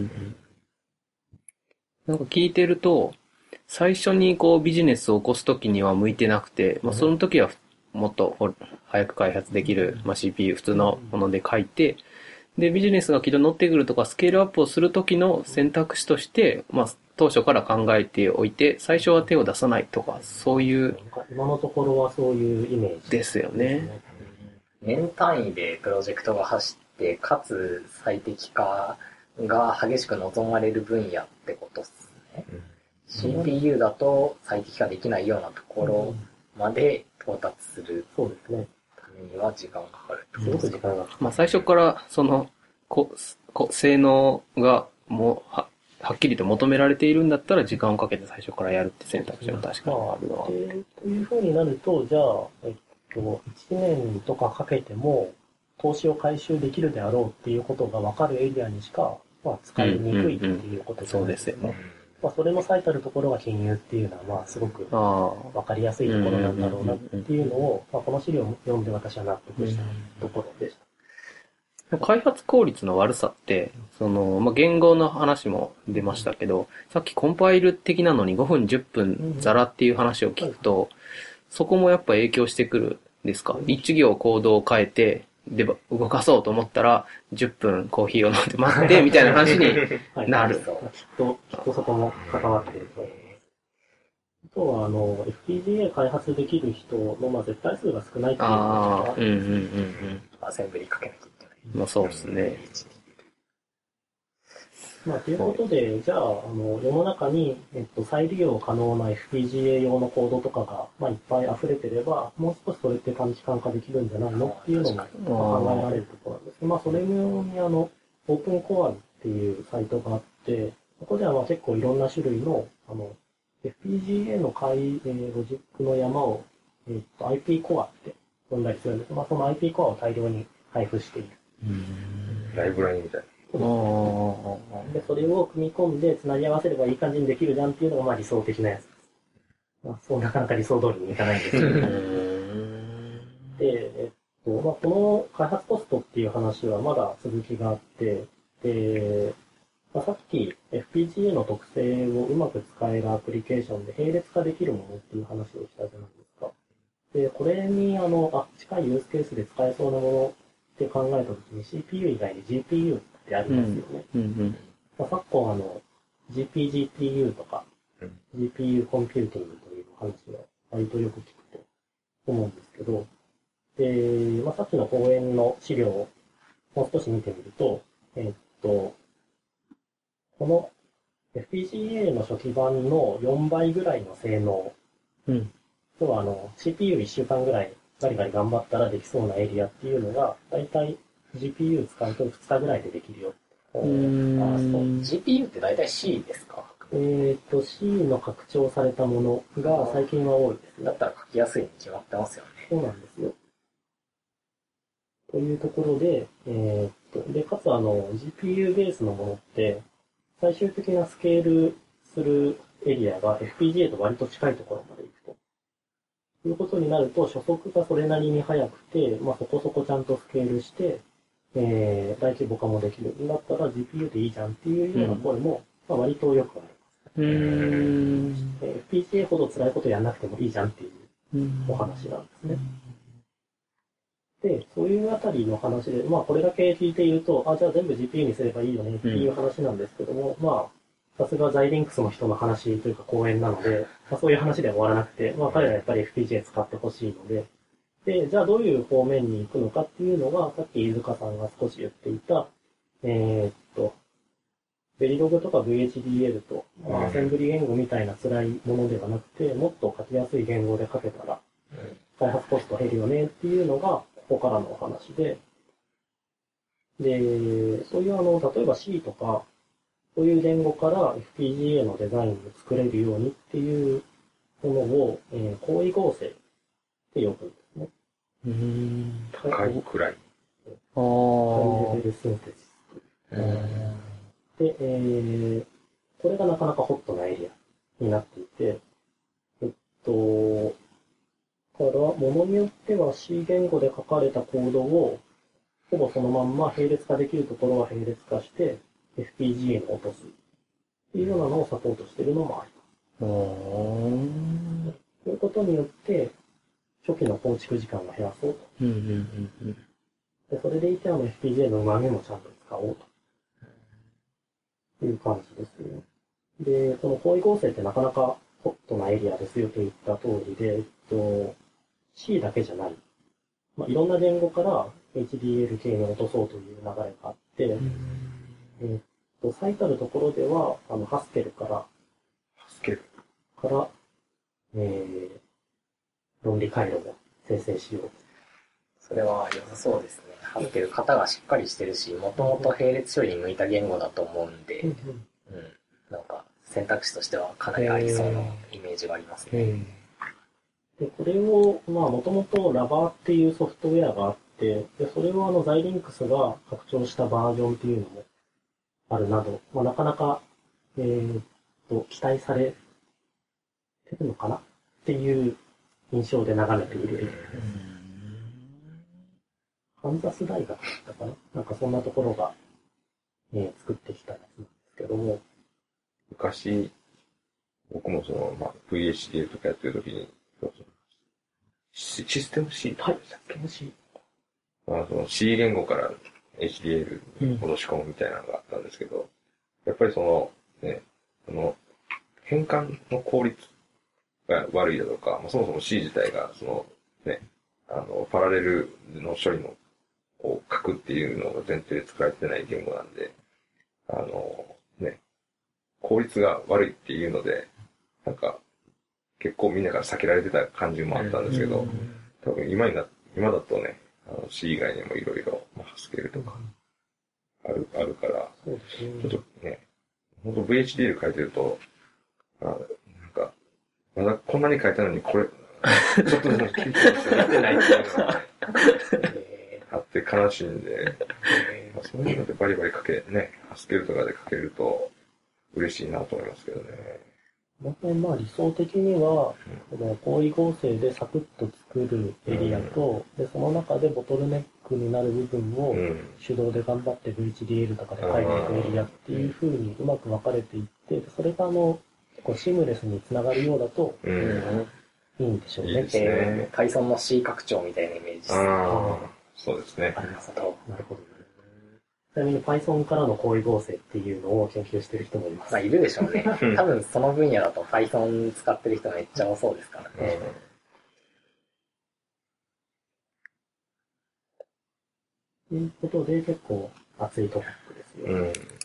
なんか聞いてると、最初にこうビジネスを起こすときには向いてなくて、まあ、その時はもっと早く開発できる、まあ、CPU 普通のもので書いて、で、ビジネスが軌道に乗ってくるとか、スケールアップをするときの選択肢として、まあ、当初から考えておいて、最初は手を出さないとか、そういう。 今のところはそういうイメージですよね。 年単位でプロジェクトが走って、かつ最適化が激しく望まれる分野ってことっすね。CPU だと最適化できないようなところまで到達する。 そうですね。 ためには時間がかかる。 すごく時間がかかる。 まあ最初からその性能がもうはっきりと求められているんだったら時間をかけて最初からやるって選択肢も確かにあるのは。 というふうになると、じゃあ、1年とかかけても投資を回収できるであろうっていうことが分かるエリアにしか、まあ、使いにくいっていうことじゃないですか。 そうですよね。 まあ、それの最たるところが金融っていうのは、まあ、すごく分かりやすいところなんだろうなっていうのを、まあ、この資料を読んで私は納得したところでした。 開発効率の悪さって、まあ、言語の話も出ましたけど、さっきコンパイル的なのに5分10分ザラっていう話を聞くと、そこもやっぱ影響してくるんですか？一行コードを変えて、で、動かそうと思ったら、10分コーヒーを飲んで待って、みたいな話になる。 きっとそこも関わっていると思います。あとは、FPGA 開発できる人の、まあ、絶対数が少ないっていうのが、 アセンブリかけなきゃいけない。 まあそうですね。 まあ、ということで、じゃあ、世の中に、再利用可能な FPGA 用のコードとかが、まあ、いっぱい溢れてれば、もう少しそれって短期間化できるんじゃないのっていうのも、考えられるところなんですけど、まあ、それに、オープンコアっていうサイトがあって、ここではまあ結構いろんな種類の、FPGA のロジックの山を、IP コアって呼んだりするんです。まあ、その IP コアを大量に配布している。 ライブラリみたいな。 で、それを組み込んで繋ぎ合わせればいい感じにできるじゃんっていうのがまあ理想的なやつです。まあ、そうなかなか理想通りにいかないんですけど。で、まあ、この開発コストっていう話はまだ続きがあって、で、まあ、さっき FPGA の特性をうまく使えるアプリケーションで並列化できるものっていう話をしたじゃないですか。で、これに近いユースケースで使えそうなものって考えたときに CPU 以外に GPUってありますよね。まあ、昨今GPGPU とか、GPU コンピューティングという話が割とよく聞くと思うんですけど、で、まあ、さっきの講演の資料をもう少し見てみると、この FPGA の初期版の4倍ぐらいの性能、要はCPU1 週間ぐらいガリガリ頑張ったらできそうなエリアっていうのが、だいたい GPU 使うと2日ぐらいでできるよ。 GPU ってだいたい C ですか ？C の拡張されたものが最近は多いですね。 だったら書きやすいに決まってますよね。 そうなんですよ。というところで、で、かつGPU ベースのものって、最終的なスケールするエリアが FPGA と割と近いところまで行くと。ということになると、初速がそれなりに速くて、まあ、そこそこちゃんとスケールして、大規模化もできるんだったら GPU でいいじゃんっていうような声も、まあ、割とよくあります。FPGA ほど辛いことやんなくてもいいじゃんっていうお話なんですね。で、そういうあたりの話で、まあこれだけ聞いていると、じゃあ全部 GPU にすればいいよねっていう話なんですけども、まあ、さすがザイリンクスの人の話というか講演なので、まあそういう話では終わらなくて、まあ彼らやっぱり FPGA 使ってほしいので、 で、じゃあどういう方面に行くのかっていうのが、さっき飯塚さんが少し言っていた、ベリログとか VHDL と、アセンブリ言語みたいな辛いものではなくて、もっと書きやすい言語で書けたら、開発コスト減るよねっていうのが、ここからのお話で、で、そういう例えば C とか、そういう言語から FPGA のデザインを作れるようにっていうものを、高位合成って呼ぶんですね。 高いくらい。 ハイレベルシンテシス。で、これがなかなかホットなエリアになっていて、から、ものによっては C 言語で書かれたコードを、ほぼそのまんま並列化できるところは並列化して、FPGA に落とす。っていうようなのをサポートしているのもあります。ということによって、初期の構築時間を減らそうと。でそれでいてFPGA の旨味もちゃんと使おうという感じですね。で、この高位合成ってなかなかホットなエリアですよと言った通りで、C だけじゃない。いろんな言語から HDL 系に落とそうという流れがあって、最たるところでは、ハスケルから、論理回路を生成しよう。 それは良さそうですね。ハスケル型がしっかりしてるし、もともと並列処理に向いた言語だと思うんで、なんか選択肢としてはかなりありそうなイメージがありますね。 で、これを、もともとラバーっていうソフトウェアがあって、で、それをザイリンクスが拡張したバージョンっていうのもあるなど、なかなか、期待されてるのかなっていう印象で眺めているエリアです。カンザス大学だったかななんかそんなところが、作ってきたやつなんですけども。 昔、僕もVHDL とかやってるときに、システム C とかでしたっけ？ はい、C。 C 言語から HDL に戻し込むみたいなのがあったんですけど、やっぱり変換の効率が悪いだとか、そもそも C 自体が、パラレルの処理を書くっていうのが前提で作られてない言語なんで、効率が悪いっていうので、なんか、結構みんなから避けられてた感じもあったんですけど、多分今だとね、C 以外にもいろいろ、ハスケルとか、あるから、ちょっとね、ほんと VHDL 書いてると、なんか、まだこんなに書いたのにこれ、ちょっとでも聞いてやってないっていうのがあって悲しいんで、そういうのでバリバリハスケルとかで書けると嬉しいなと思いますけどね。 理想的には、この高位合成でサクッと作るエリアと、で、その中でボトルネックになる部分を手動で頑張って VHDL とかで書いていくエリアっていう風にうまく分かれていって、それが結構シームレスにつながるようだと、いいんでしょうね。 いいですね。 Python の C 拡張みたいなイメージですね。 そうですね。 なるほど。ちなみに Python からの高位合成っていうのを研究してる人もいます。 いるでしょうね。多分その分野だと Python 使ってる人めっちゃ多そうですからね。 ということで結構熱いトピックですよ。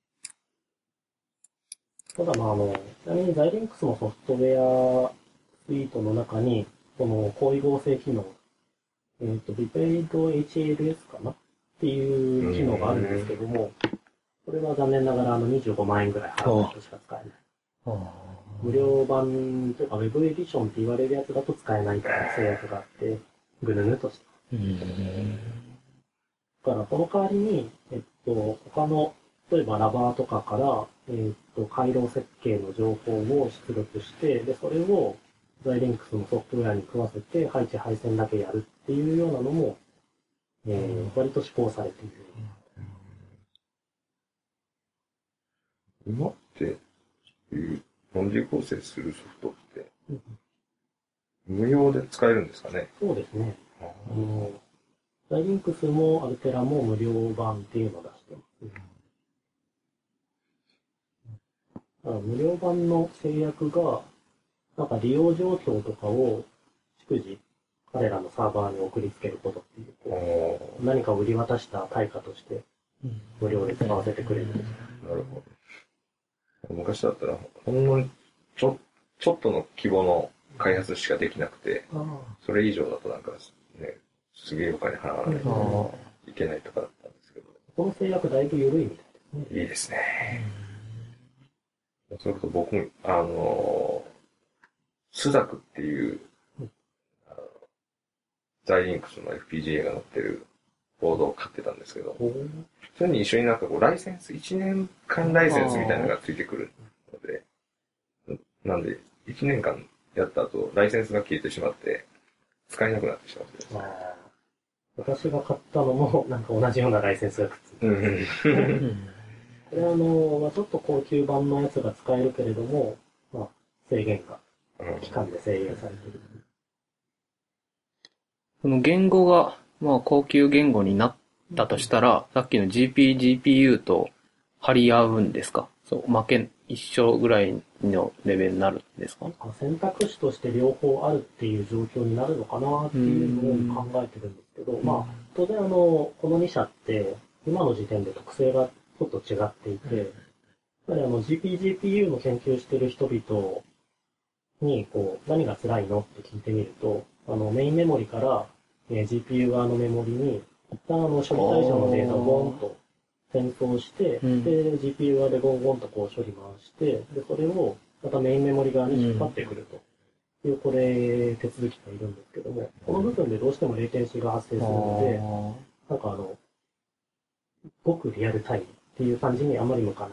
ただちなみにザイリンクスのソフトウェアスイートの中に、この高位合成機能、Vipaid HLS かなっていう機能があるんですけども、これは残念ながら25万円ぐらい払うとしか使えない。無料版というか Web エディションって言われるやつだと使えないという制約があって、ぐぬぬとしてます。だからこの代わりに、他の、例えばラバーとかから、回路設計の情報を出力して、で、それをザイリンクスのソフトウェアに食わせて、配置配線だけやるっていうようなのも、割と施行されている。 今って、論理構成するソフトって、無料で使えるんですかね？ そうですね。ザイリンクスもアルテラも無料版っていうのを出してます。無料版の制約が、なんか利用状況とかを逐次彼らのサーバーに送りつけることっていう、 お何かを売り渡した対価として無料で使わせてくれる。 なるほど。昔だったら、ほんのにちょっとの規模の開発しかできなくて、それ以上だとなんかね、すげえお金払わないといけないとかだったんですけど。 この制約だいぶ緩いみたいですね。 いいですね。それこそ僕も、スダクっていう、ザイリンクスの FPGA が載ってるボードを買ってたんですけど、それに一緒になんかこうライセンス、1年間ライセンスみたいなのがついてくるので、なんで、1年間やった後、ライセンスが消えてしまって、使えなくなってしまってですね。 私が買ったのも、なんか同じようなライセンスがくっついてる。これはちょっと高級版のやつが使えるけれども、まあ、制限が、期間で制限されている。 その言語が、まあ高級言語になったとしたら、さっきの GPU と張り合うんですか？そう、一緒ぐらいのレベルになるんですか？ 選択肢として両方あるっていう状況になるのかなっていうのを考えてるんですけど、まあ、当然この2社って、今の時点で特性がちょっと違っていて、やっぱりGPU の研究してる人々に、何が辛いのって聞いてみると、メインメモリから、GPU 側のメモリに、一旦処理対象のデータをボーンと転送して、で、GPU 側でゴンゴンと処理回して、で、それをまたメインメモリ側に引っ張ってくるという、これ、手続きがいるんですけども、この部分でどうしてもレイテンシーが発生するので、なんかごくリアルタイムっていう感じにあまり向かない。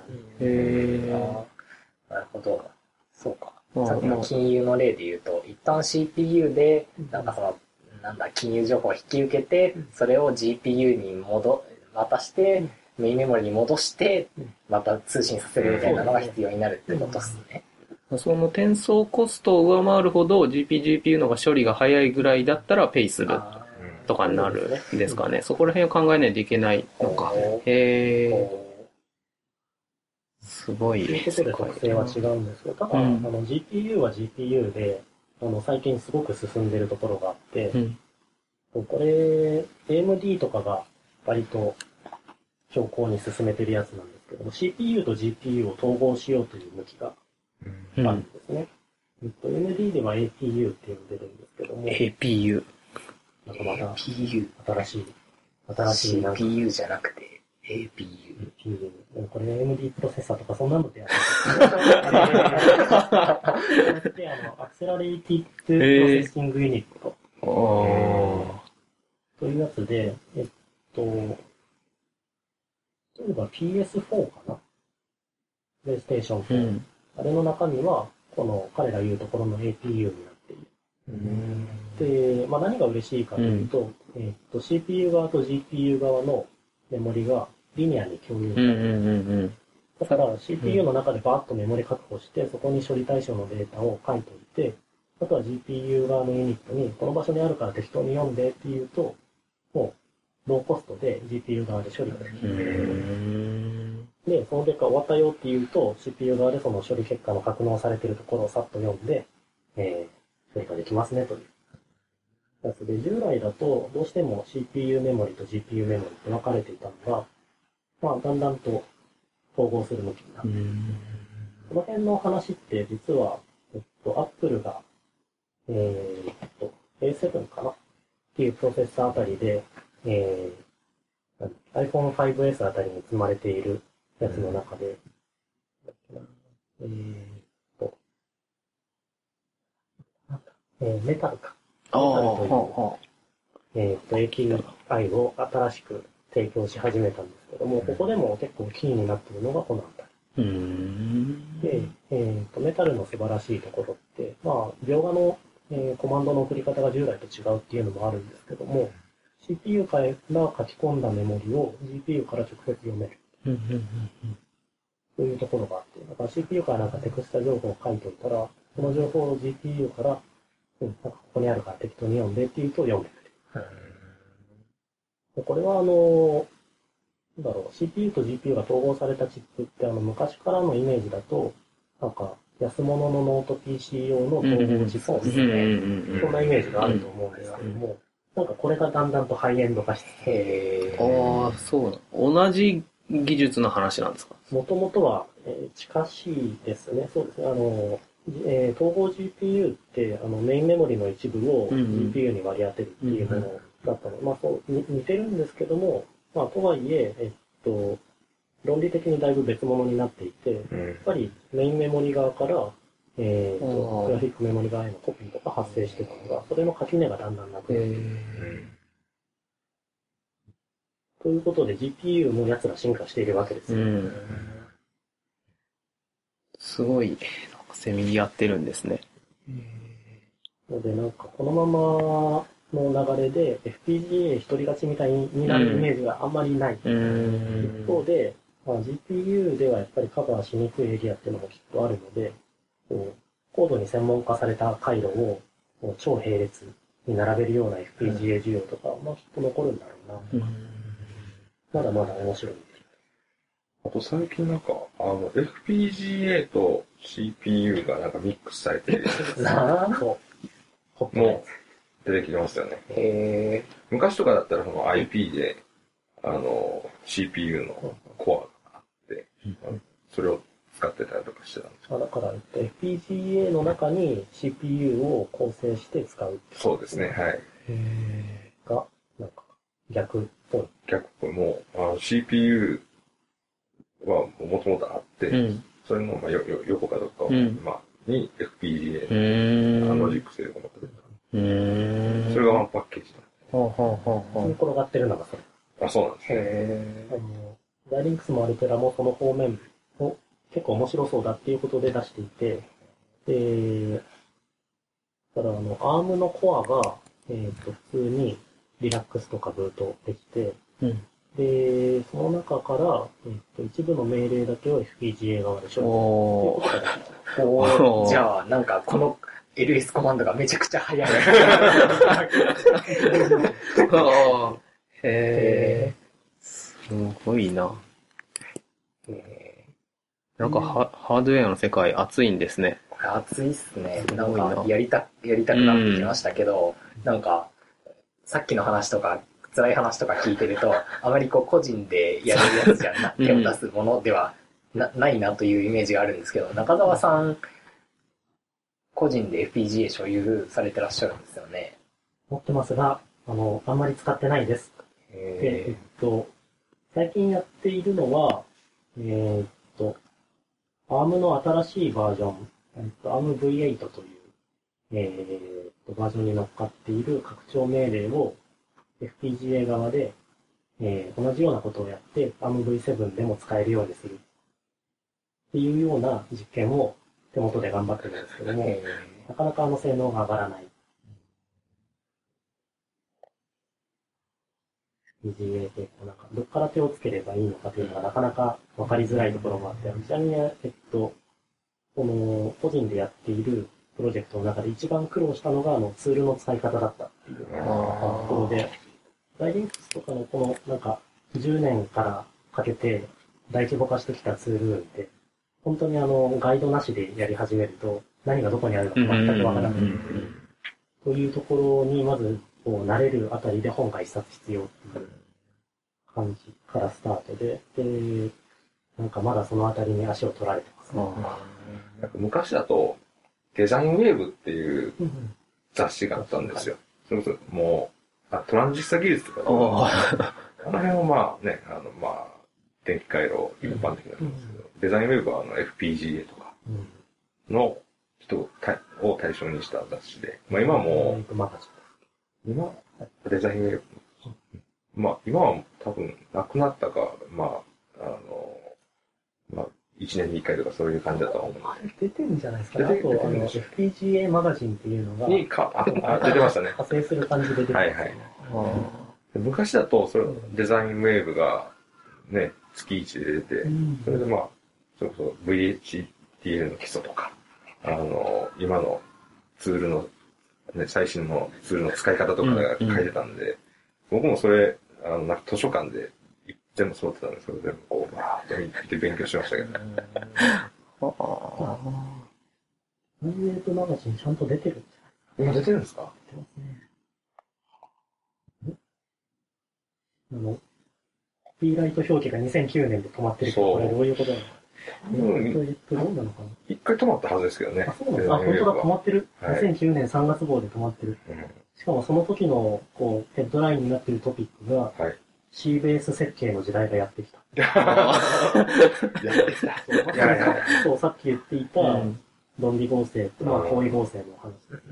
なるほど。そうか。さっきの金融の例で言うと、一旦 CPU で、なんか金融情報を引き受けて、それを GPU に渡して、メインメモリに戻して、また通信させるみたいなのが必要になるってことですね。 その転送コストを上回るほど GPU の方が処理が早いぐらいだったらペイするとかになるんですかね。そこら辺を考えないといけないのか。すごい。 ということで特性は違うんですけど、ただ、GPU は GPU で、最近すごく進んでるところがあって、これ、AMD とかが割と強硬に進めてるやつなんですけども、CPU と GPU を統合しようという向きがあるんですね。AMD では APU って呼んでるんですけども、 APU。 なんかまた APU。 新しいなんか CPU じゃなくて APU。 これ AMD プロセッサーとかそんなのでやってて、アクセラレイティッドプロセッシングユニットというやつで、例えば PS4 かな、プレイステーション4。あれの中身は、この彼ら言うところの APU になっている。で、まあ何が嬉しいかというと、CPU 側と GPU 側のメモリがリニアに共有される。だから CPU の中でバーッとメモリ確保して、そこに処理対象のデータを書いておいて、あとは GPU 側のユニットに、この場所にあるから適当に読んでっていうと、もう、ローコストで GPU 側で処理ができる。で、その結果終わったよっていうと、CPU 側でその処理結果の格納されているところをさっと読んで、処理ができますねというやつで、従来だとどうしても CPU メモリと GPU メモリって分かれていたのが、まあ、だんだんと統合する向きになっている。この辺の話って実は、Apple が、A7 かなっていうプロセッサーあたりで、iPhone 5S あたりに積まれているやつの中で、メタルか。メタルという、API を新しく提供し始めたんですけども、ここでも結構キーになっているのがこのあたり。で、メタルの素晴らしいところって、まあ、描画の、コマンドの送り方が従来と違うっていうのもあるんですけども、CPU から書き込んだメモリを GPU から直接読める。というところがあって、だから CPU からなんかテクスト情報を書いておいたら、この情報を GPU から、なんかここにあるから適当に読んでって言うと読んでくれる。これはCPU と GPU が統合されたチップって昔からのイメージだと、なんか安物のノート PC 用の統合チップですね。そんなイメージがあると思うんですけども、なんかこれがだんだんとハイエンド化してああ、そうな。同じ技術の話なんですか？ もともとは、近しいですね。そうですね。統合 GPU って、メインメモリの一部を GPU に割り当てるっていうものだったので、まあそう似てるんですけども、まあとはいえ、論理的にだいぶ別物になっていて、やっぱりメインメモリ側から、グラフィックメモリ側へのコピーとか発生してたのが、それの垣根がだんだんなくなっている。ということで GPU も奴ら進化しているわけですよ。 すごい、なんかせめぎ合ってるんですね。 のでなんかこのままの流れで FPGA 一人勝ちみたいになるイメージがあんまりない。一方で、まあ、GPU ではやっぱりカバーしにくいエリアっていうのもきっとあるので、高度に専門化された回路を超並列に並べるような FPGA 需要とか、まあきっと残るんだろうな。まだまだ面白い。 あと最近なんか、FPGA と CPU がなんかミックスされて、もう出てきてますよね。昔とかだったらその IP で、CPU のコアがあって、それを使ってたりとかしてたんですだから、FPGA の中に CPU を構成して使う。 そうですね、はい。 が、なんか、逆っぽい。 逆っぽい。もう、CPU はもともとあって、それの、まあ、横かどっかを、まあ、に FPGA ロジック性を持ってる。それがワンパッケージだ。 に転がってるのがそれ。 あ、そうなんですね。 ダイリンクスもアルテラもその方面を結構面白そうだっていうことで出していて、ただARM のコアが、普通にリラックスとかブートできて、で、その中から、一部の命令だけを FPGA 側で処理するっていうことができた。 じゃあ、なんかこの LS コマンドがめちゃくちゃ速い。 すごいな。なんかハードウェアの世界熱いんですね。 熱いっすね。なんかやりたくなってきましたけど、なんか、さっきの話とか、辛い話とか聞いてると、あまりこう個人でやるやつじゃな、手を出すものではないなというイメージがあるんですけど、中澤さん、個人で FPGA 所有されてらっしゃるんですよね。 持ってますが、あんまり使ってないです。で、最近やっているのは、ARM の新しいバージョン、ARMv8 という、バージョンに乗っかっている拡張命令を FPGA 側で、同じようなことをやって ARMv7 でも使えるようにするっていうような実験を手元で頑張ってるんですけども、なかなか性能が上がらない。FPGA でなんかどっから手をつければいいのかというのがなかなか分かりづらいところもあって、ちなみに、この個人でやっているプロジェクトの中で一番苦労したのがツールの使い方だったっていうところで、ダイリンクスとかのこのなんか10年からかけて大規模化してきたツールって、本当にガイドなしでやり始めると何がどこにあるのか全くわからない。というところにまずこう慣れるあたりで本が一冊必要っていう感じからスタートで、なんかまだそのあたりに足を取られてますね。 なんか昔だとデザインウェーブっていう雑誌があったんですよ。それこそもう、トランジスタ技術とか、あの辺はまあね、まあ、電気回路一般的なんですけど、デザインウェーブはFPGA とかの人を対象にした雑誌で、まあ今も、今、デザインウェーブ、まあ今は多分なくなったか、まあ、まあ、1年に1回とかそういう感じだと思うんです。 出てるんじゃないですかね。あと、FPGA マガジンっていうのが、 出てましたね。 派生する感じで出てます、ね。 はいはい。昔だと、それ、デザインウェーブが、ね、月1で出て、それでまあ、それこそ VHDL の基礎とか、今のツールの、ね、最新のツールの使い方とかが書いてたんで、僕もそれ、なんか図書館で全部揃ってたんですけど、全部こう、バーッと見て勉強しましたけどね。 プライベートマガジンちゃんと出てるんじ今出てるんですか？ ゃないですね。コピーライト表記が2009年で止まってるけど、これどういうことなのか。どうなのかな。 一回止まったはずですけどね。 あ、そうなんだ。あ、本当だ、止まってる。2009年3月号で止まってる。しかもその時の、ヘッドラインになってるトピックが、シーベース設計の時代がやってきた。 やってきた。 そう、さっき言っていた、論理合成と、行為合成の話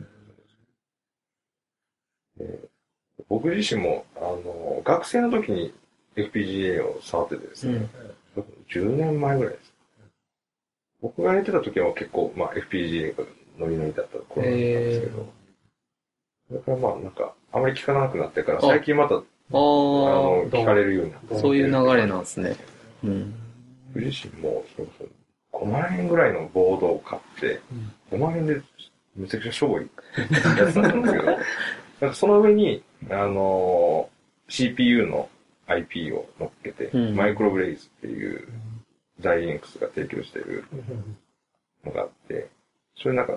ですね。 僕自身も、学生の時に FPGA を触っててですね、10年前ぐらいです。僕がやってた時は結構、FPGA がノリノリだった頃だったんですけど、それからなんか、あまり聞かなくなってから、最近また、聞かれるようになった。 そういう流れなんですね。 僕自身も、5万円ぐらいのボードを買って、5万円でめちゃくちゃしょぼいやつだったんですけど、なんかその上に、CPU の IP を乗っけて、マイクロブレイズっていうダイインクスが提供しているのがあって、それなんか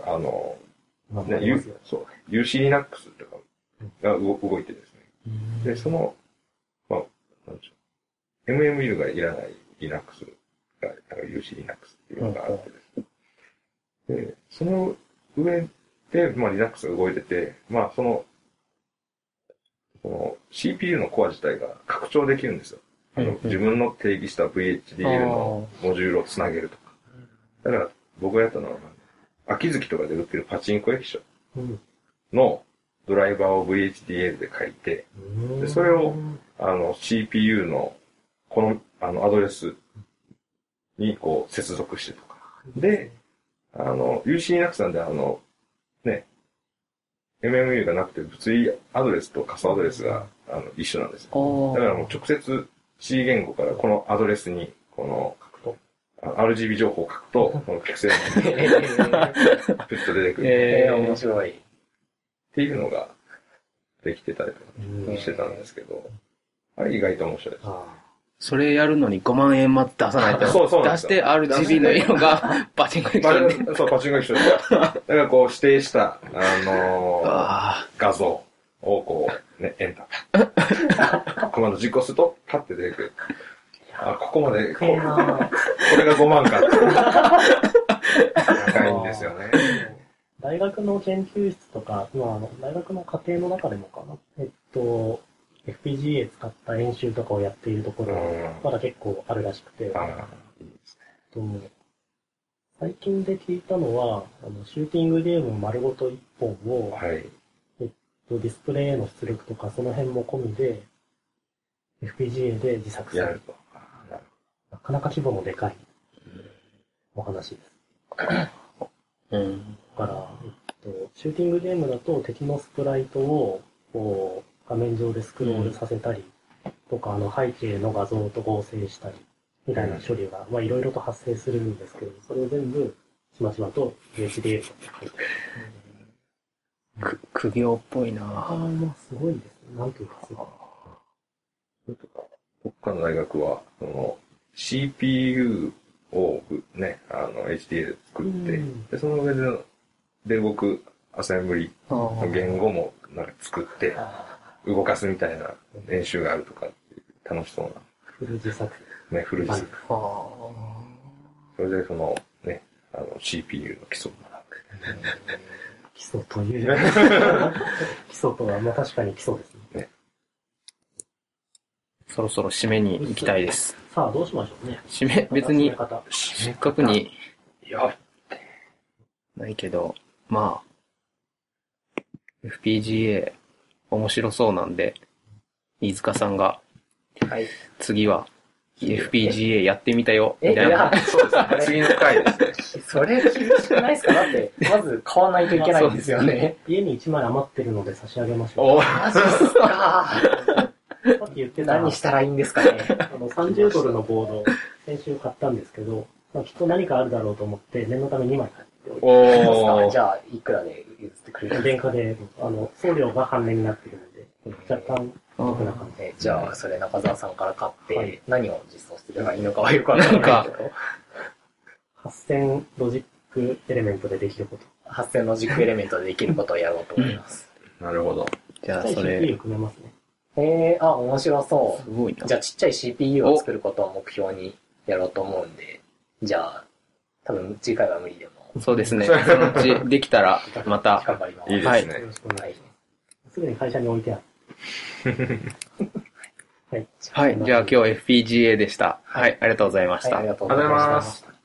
UC Linux とかが動いてですね。で、その、なんでしょう。MMU がいらない Linux が、UC Linux っていうのがあってですね。で、その上で、Linux が動いてて、その CPU のコア自体が拡張できるんですよ。自分の定義した VHDL のモジュールをつなげるとか。だから僕がやったのは、秋月とかで売ってるパチンコ液晶のドライバーを VHDL で書いて、でそれをCPU のこのアドレスに接続してとか。で、UC Linux なんでMMU がなくて物理アドレスと仮想アドレスが一緒なんですよ。だからもう直接 C 言語からこのアドレスにRGB 情報を書くと、このピクセルがプッと出てくる。 面白い。 っていうのができてたりとかしてたんですけど、あれ意外と面白いです。 それやるのに5万円待って出さないと。 そう出して RGB の色がパチンコ液晶に。 そう、パチンコ液晶で。だから指定した、画像をエンター。コマンド実行すると、パッて出てくる。ここまで、これが5万か。高いんですよね。 大学の研究室とか、大学の課程の中でもかな。FPGA 使った演習とかをやっているところは、まだ結構あるらしくて、最近で聞いたのは、シューティングゲーム丸ごと1本を、ディスプレイへの出力とかその辺も込みで、FPGA で自作すると。なかなか規模のでかいお話です。だから、シューティングゲームだと敵のスプライトを、画面上でスクロールさせたり、とか、背景の画像と合成したり、みたいな処理が、いろいろと発生するんですけど、それを全部、しましまと HDL と書いてある。 苦行っぽいなぁ。すごいですね。なんていうか、すごい。 どっかの大学は、CPU をね、HDL で作って、で、その上で動くアセンブリの言語もなんか作って、動かすみたいな練習があるとかっていう楽しそうな。 フル自作。 ね、フル自作。それでCPU の基礎を学ぶ。 基礎という。基礎とは、確かに基礎ですね。 そろそろ締めに行きたいです。 さあ、どうしましょうね。 締め、別に、せっかくに、ないけど、FPGA、面白そうなんで、飯塚さんが、次は、FPGA やってみたよ、みたいな。 そうですね。次の回ですね。 それ厳しくないですか？だって、まず買わないといけないんですよね。 家に1枚余ってるので差し上げましょう。 マジっすか。 さっき言ってた。 何したらいいんですかね。 $30のボード、先週買ったんですけど、きっと何かあるだろうと思って、念のため2枚買っておいて。じゃあ、いくらで譲ってくれるんですか？ 電化で、送料が半値になっているので、若干、お得な感じ。 じゃあ、それ中澤さんから買って、何を実装すればいいのかはよくわからないけど。 8000ロジックエレメントでできること。 発生の軸エレメントでできることをやろうと思います。 なるほど。 じゃあ、 ちっちゃいそれ、 CPU 組めますね。 面白そすごいなう。じゃあちっちゃい CPU を作ることを目標にやろうと思うんで、じゃあ、多分次回は無理でも。 そうですね。そのうちできたら、また、 頑張ります。 いいですはいね。 よろしくお願いします。すぐに会社に置いてある。はい。 はい。じゃあ今日 FPGA でした。はい。ありがとうございました。 はい、ありがとうございました。